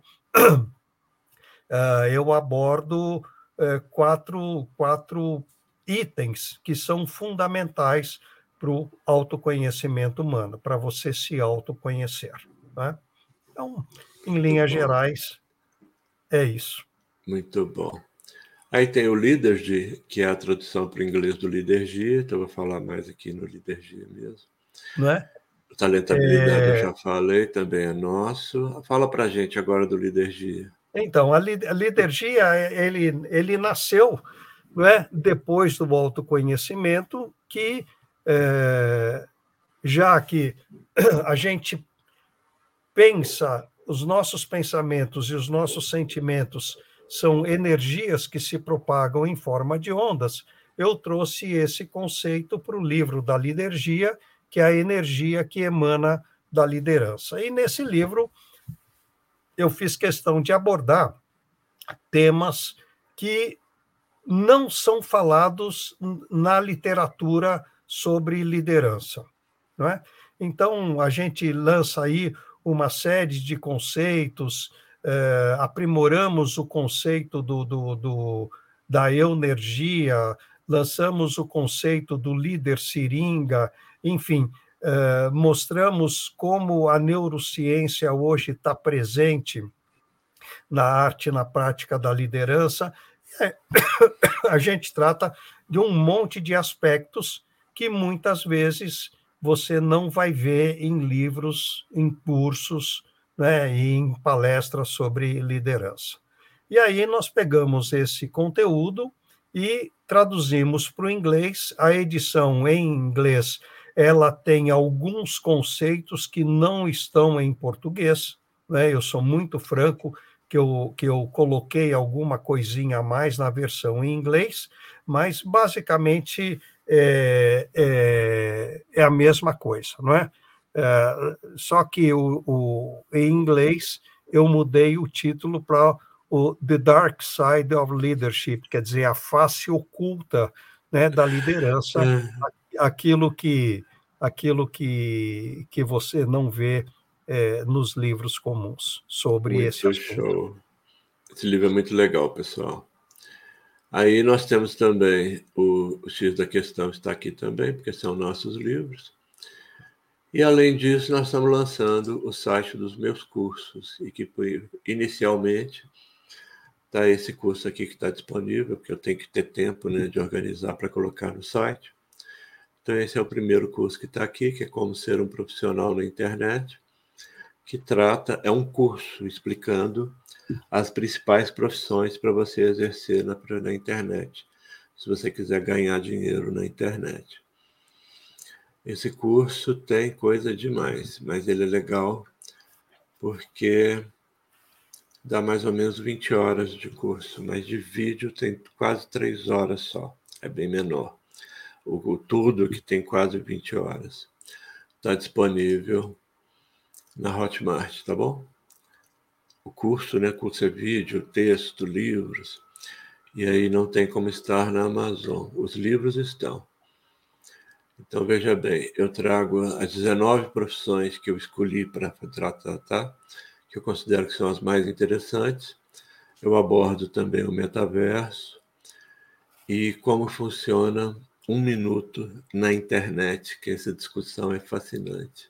eu abordo quatro itens que são fundamentais para o autoconhecimento humano, para você se autoconhecer. Né? Então, em Muito linhas bom. gerais, é isso. Muito bom. Aí tem o Lidergy, que é a tradução para o inglês do Lidergy, então eu vou falar mais aqui no Lidergy mesmo. Não é? Talentabilidade eu já falei, também é nosso. Fala para a gente agora do Lidergy. Então, a lidergia, ele nasceu, não é, depois do autoconhecimento, que já que a gente pensa, os nossos pensamentos e os nossos sentimentos são energias que se propagam em forma de ondas, eu trouxe esse conceito para o livro da lidergia, que é a energia que emana da liderança. E nesse livro eu fiz questão de abordar temas que não são falados na literatura sobre liderança. Não é? Então, a gente lança aí uma série de conceitos, aprimoramos o conceito da eunergia, lançamos o conceito do líder seringa, enfim, mostramos como a neurociência hoje está presente na arte, na prática da liderança. A gente trata de um monte de aspectos que muitas vezes você não vai ver em livros, em cursos, né, e em palestras sobre liderança. E aí nós pegamos esse conteúdo e traduzimos para o inglês. A edição em inglês, ela tem alguns conceitos que não estão em português, né? Eu sou muito franco que eu coloquei alguma coisinha a mais na versão em inglês, mas basicamente é a mesma coisa, não é? Só que em inglês eu mudei o título para o The Dark Side of Leadership, quer dizer, a face oculta, né, da liderança, aquilo que você não vê nos livros comuns sobre esse Muito assunto. show. Esse livro é muito legal, pessoal. Aí nós temos também o X da Questão, está aqui também, porque são nossos livros. E, além disso, nós estamos lançando o site dos meus cursos, e que inicialmente está esse curso aqui que está disponível, porque eu tenho que ter tempo, né, de organizar para colocar no site. Então, esse é o primeiro curso que está aqui, que é como ser um profissional na internet, que é um curso explicando as principais profissões para você exercer na internet, se você quiser ganhar dinheiro na internet. Esse curso tem coisa demais, mas ele é legal porque dá mais ou menos 20 horas de curso, mas de vídeo tem quase 3 horas só, é bem menor. O tudo que tem quase 20 horas. Está disponível na Hotmart, tá bom? O curso, né? Curso é vídeo, texto, livros, e aí não tem como estar na Amazon. Os livros estão. Então, veja bem, eu trago as 19 profissões que eu escolhi para tratar, tá? Que eu considero que são as mais interessantes. Eu abordo também o metaverso e como funciona um minuto na internet, que essa discussão é fascinante.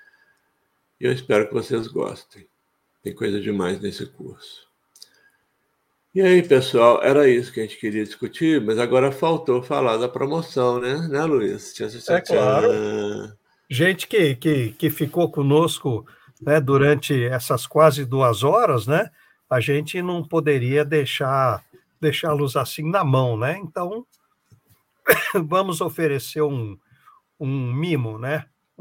E eu espero que vocês gostem. Tem coisa demais nesse curso. E aí, pessoal, era isso que a gente queria discutir, mas agora faltou falar da promoção, né, Luiz? Tchan, tchan, tchan, É claro. tchan. Gente que ficou conosco, né, durante essas quase 2 horas, né? A gente não poderia deixá-los assim na mão, né? Então, vamos oferecer um mimo, né?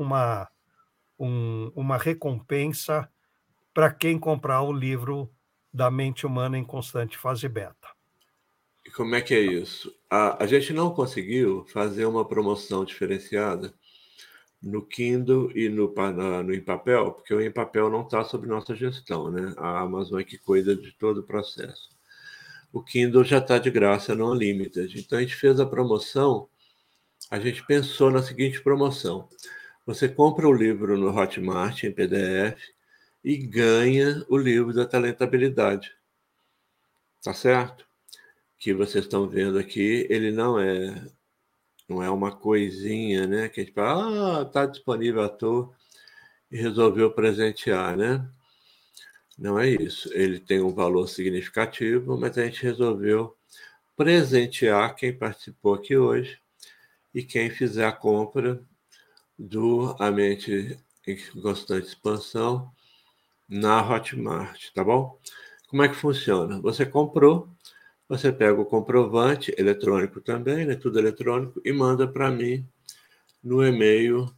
Uma recompensa para quem comprar o livro da Mente Humana em Constante Fase Beta. E como é que é isso? A gente não conseguiu fazer uma promoção diferenciada no Kindle e no em papel, porque o em papel não está sob nossa gestão, né? A Amazon é que cuida de todo o processo. O Kindle já está de graça no Unlimited. Então a gente fez a promoção, a gente pensou na seguinte promoção: você compra o livro no Hotmart em PDF e ganha o livro da talentabilidade. Tá certo? Que vocês estão vendo aqui, ele não é uma coisinha, né? Que a gente fala, tá disponível à toa e resolveu presentear, né? Não é isso. Ele tem um valor significativo, mas a gente resolveu presentear quem participou aqui hoje e quem fizer a compra do A Mente em Constante Expansão na Hotmart, tá bom? Como é que funciona? Você comprou, você pega o comprovante eletrônico também, né? Tudo eletrônico, e manda para mim no e-mail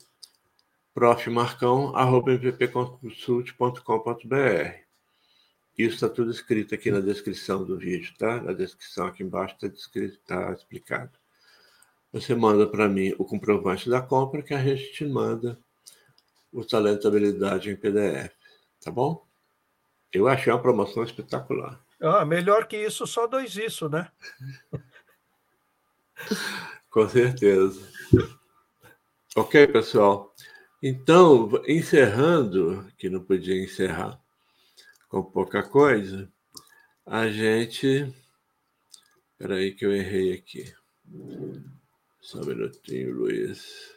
profmarcão@mppconsult.com.br. Isso está tudo escrito aqui na descrição do vídeo, tá? Na descrição aqui embaixo está explicado. Você manda para mim o comprovante da compra, que a gente te manda o Talentabilidade em PDF, tá bom? Eu achei uma promoção espetacular. Melhor que isso, só 2 isso, né? Com certeza. Ok, pessoal? Então, encerrando, que não podia encerrar com pouca coisa, a gente... Espera aí que eu errei aqui. Só um minutinho, Luiz.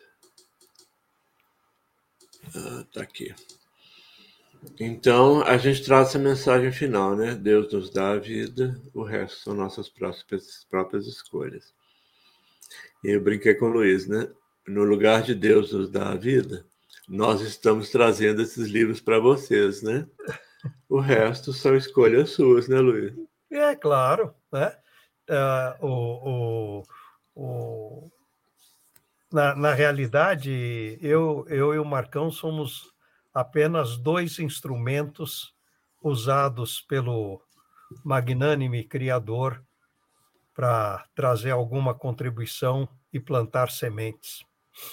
Tá aqui. Então, a gente traz essa mensagem final, né? Deus nos dá a vida, o resto são nossas próprias escolhas. E eu brinquei com o Luiz, né? No lugar de Deus nos dar a vida, nós estamos trazendo esses livros para vocês, né? O resto são escolhas suas, né, Luiz? É claro, né? O, o, na realidade, eu e o Marcão somos apenas dois instrumentos usados pelo magnânime Criador para trazer alguma contribuição e plantar sementes.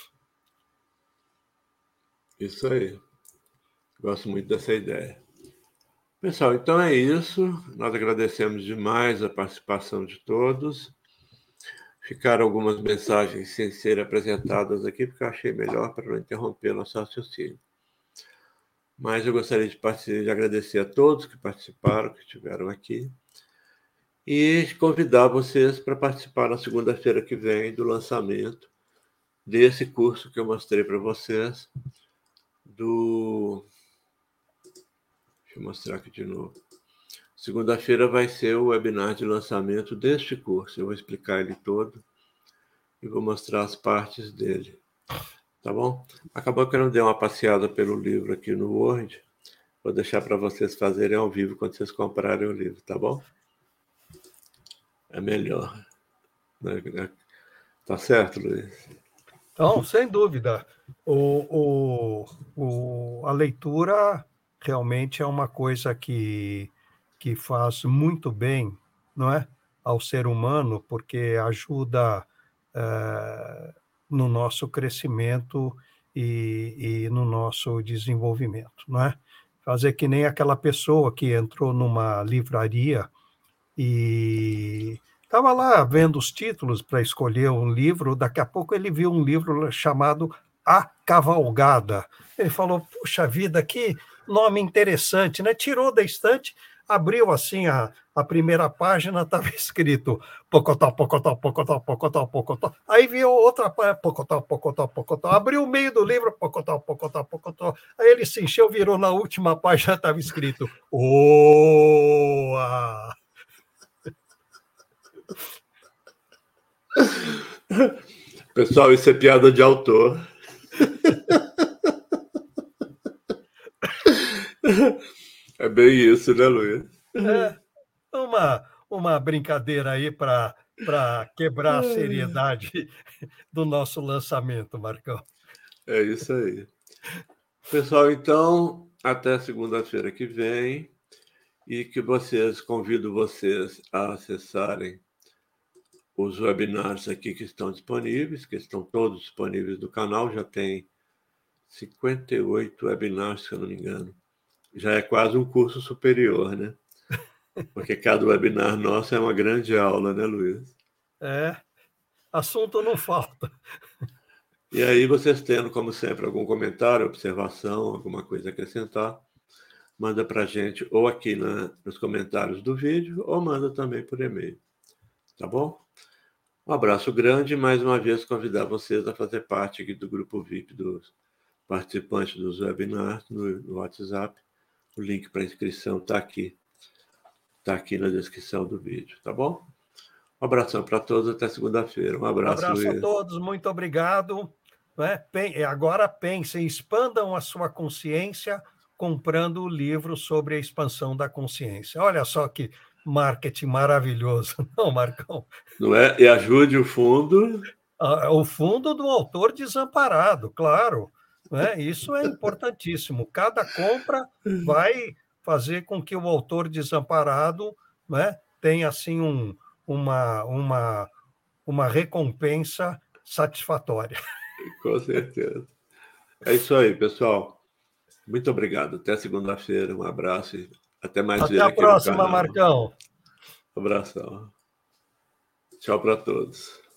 Isso aí. Gosto muito dessa ideia. Pessoal, então é isso. Nós agradecemos demais a participação de todos. Ficaram algumas mensagens sem serem apresentadas aqui, porque eu achei melhor para não interromper nosso raciocínio. Mas eu gostaria de agradecer a todos que participaram, que estiveram aqui, e convidar vocês para participar na segunda-feira que vem do lançamento desse curso que eu mostrei para vocês, Deixa eu mostrar aqui de novo. Segunda-feira vai ser o webinar de lançamento deste curso. Eu vou explicar ele todo e vou mostrar as partes dele. Tá bom? Acabou que eu não dei uma passeada pelo livro aqui no Word. Vou deixar para vocês fazerem ao vivo quando vocês comprarem o livro, tá bom? É melhor. Tá certo, Luiz? Então, sem dúvida, a leitura realmente é uma coisa que faz muito bem, não é, ao ser humano, porque ajuda no nosso crescimento e no nosso desenvolvimento, não é? Fazer que nem aquela pessoa que entrou numa livraria e estava lá vendo os títulos para escolher um livro, daqui a pouco ele viu um livro chamado A Cavalgada. Ele falou, puxa vida, que nome interessante, né? Tirou da estante, abriu assim a primeira página, estava escrito pocotó, pocotó, pocotó, pocotó, pocotó. Aí viu outra página, pocotó, pocotó, pocotó. Abriu o meio do livro, pocotó, pocotó, pocotó. Aí ele se encheu, virou na última página, estava escrito Oa! Pessoal, isso é piada de autor. É bem isso, né, Luiz? É uma brincadeira aí para quebrar a seriedade do nosso lançamento, Marcão. É isso aí. Pessoal, então, até segunda-feira que vem. E que convido vocês a acessarem os webinars aqui que estão disponíveis, que estão todos disponíveis no canal. Já tem 58 webinars, se eu não me engano. Já é quase um curso superior, né? Porque cada webinar nosso é uma grande aula, né, Luiz? É, assunto não falta. E aí, vocês tendo, como sempre, algum comentário, observação, alguma coisa a acrescentar, manda para a gente ou aqui nos comentários do vídeo, ou manda também por e-mail. Tá bom? Um abraço grande e, mais uma vez, convidar vocês a fazer parte aqui do grupo VIP dos participantes dos webinars no WhatsApp. O link para inscrição está aqui. Está aqui na descrição do vídeo, tá bom? Um abração para todos, até segunda-feira. Um abraço, Abraço a Luiz. todos, muito obrigado. Agora pensem, expandam a sua consciência comprando o livro sobre a expansão da consciência. Olha só que marketing maravilhoso, não, Marcão? Não é? E ajude o fundo. O fundo do autor desamparado, claro. Né? Isso é importantíssimo. Cada compra vai fazer com que o autor desamparado, né, tenha assim uma recompensa satisfatória. Com certeza. É isso aí, pessoal. Muito obrigado. Até segunda-feira. Um abraço e até mais Até ver a aqui no próxima, canal. Marcão. Um abração. Tchau para todos.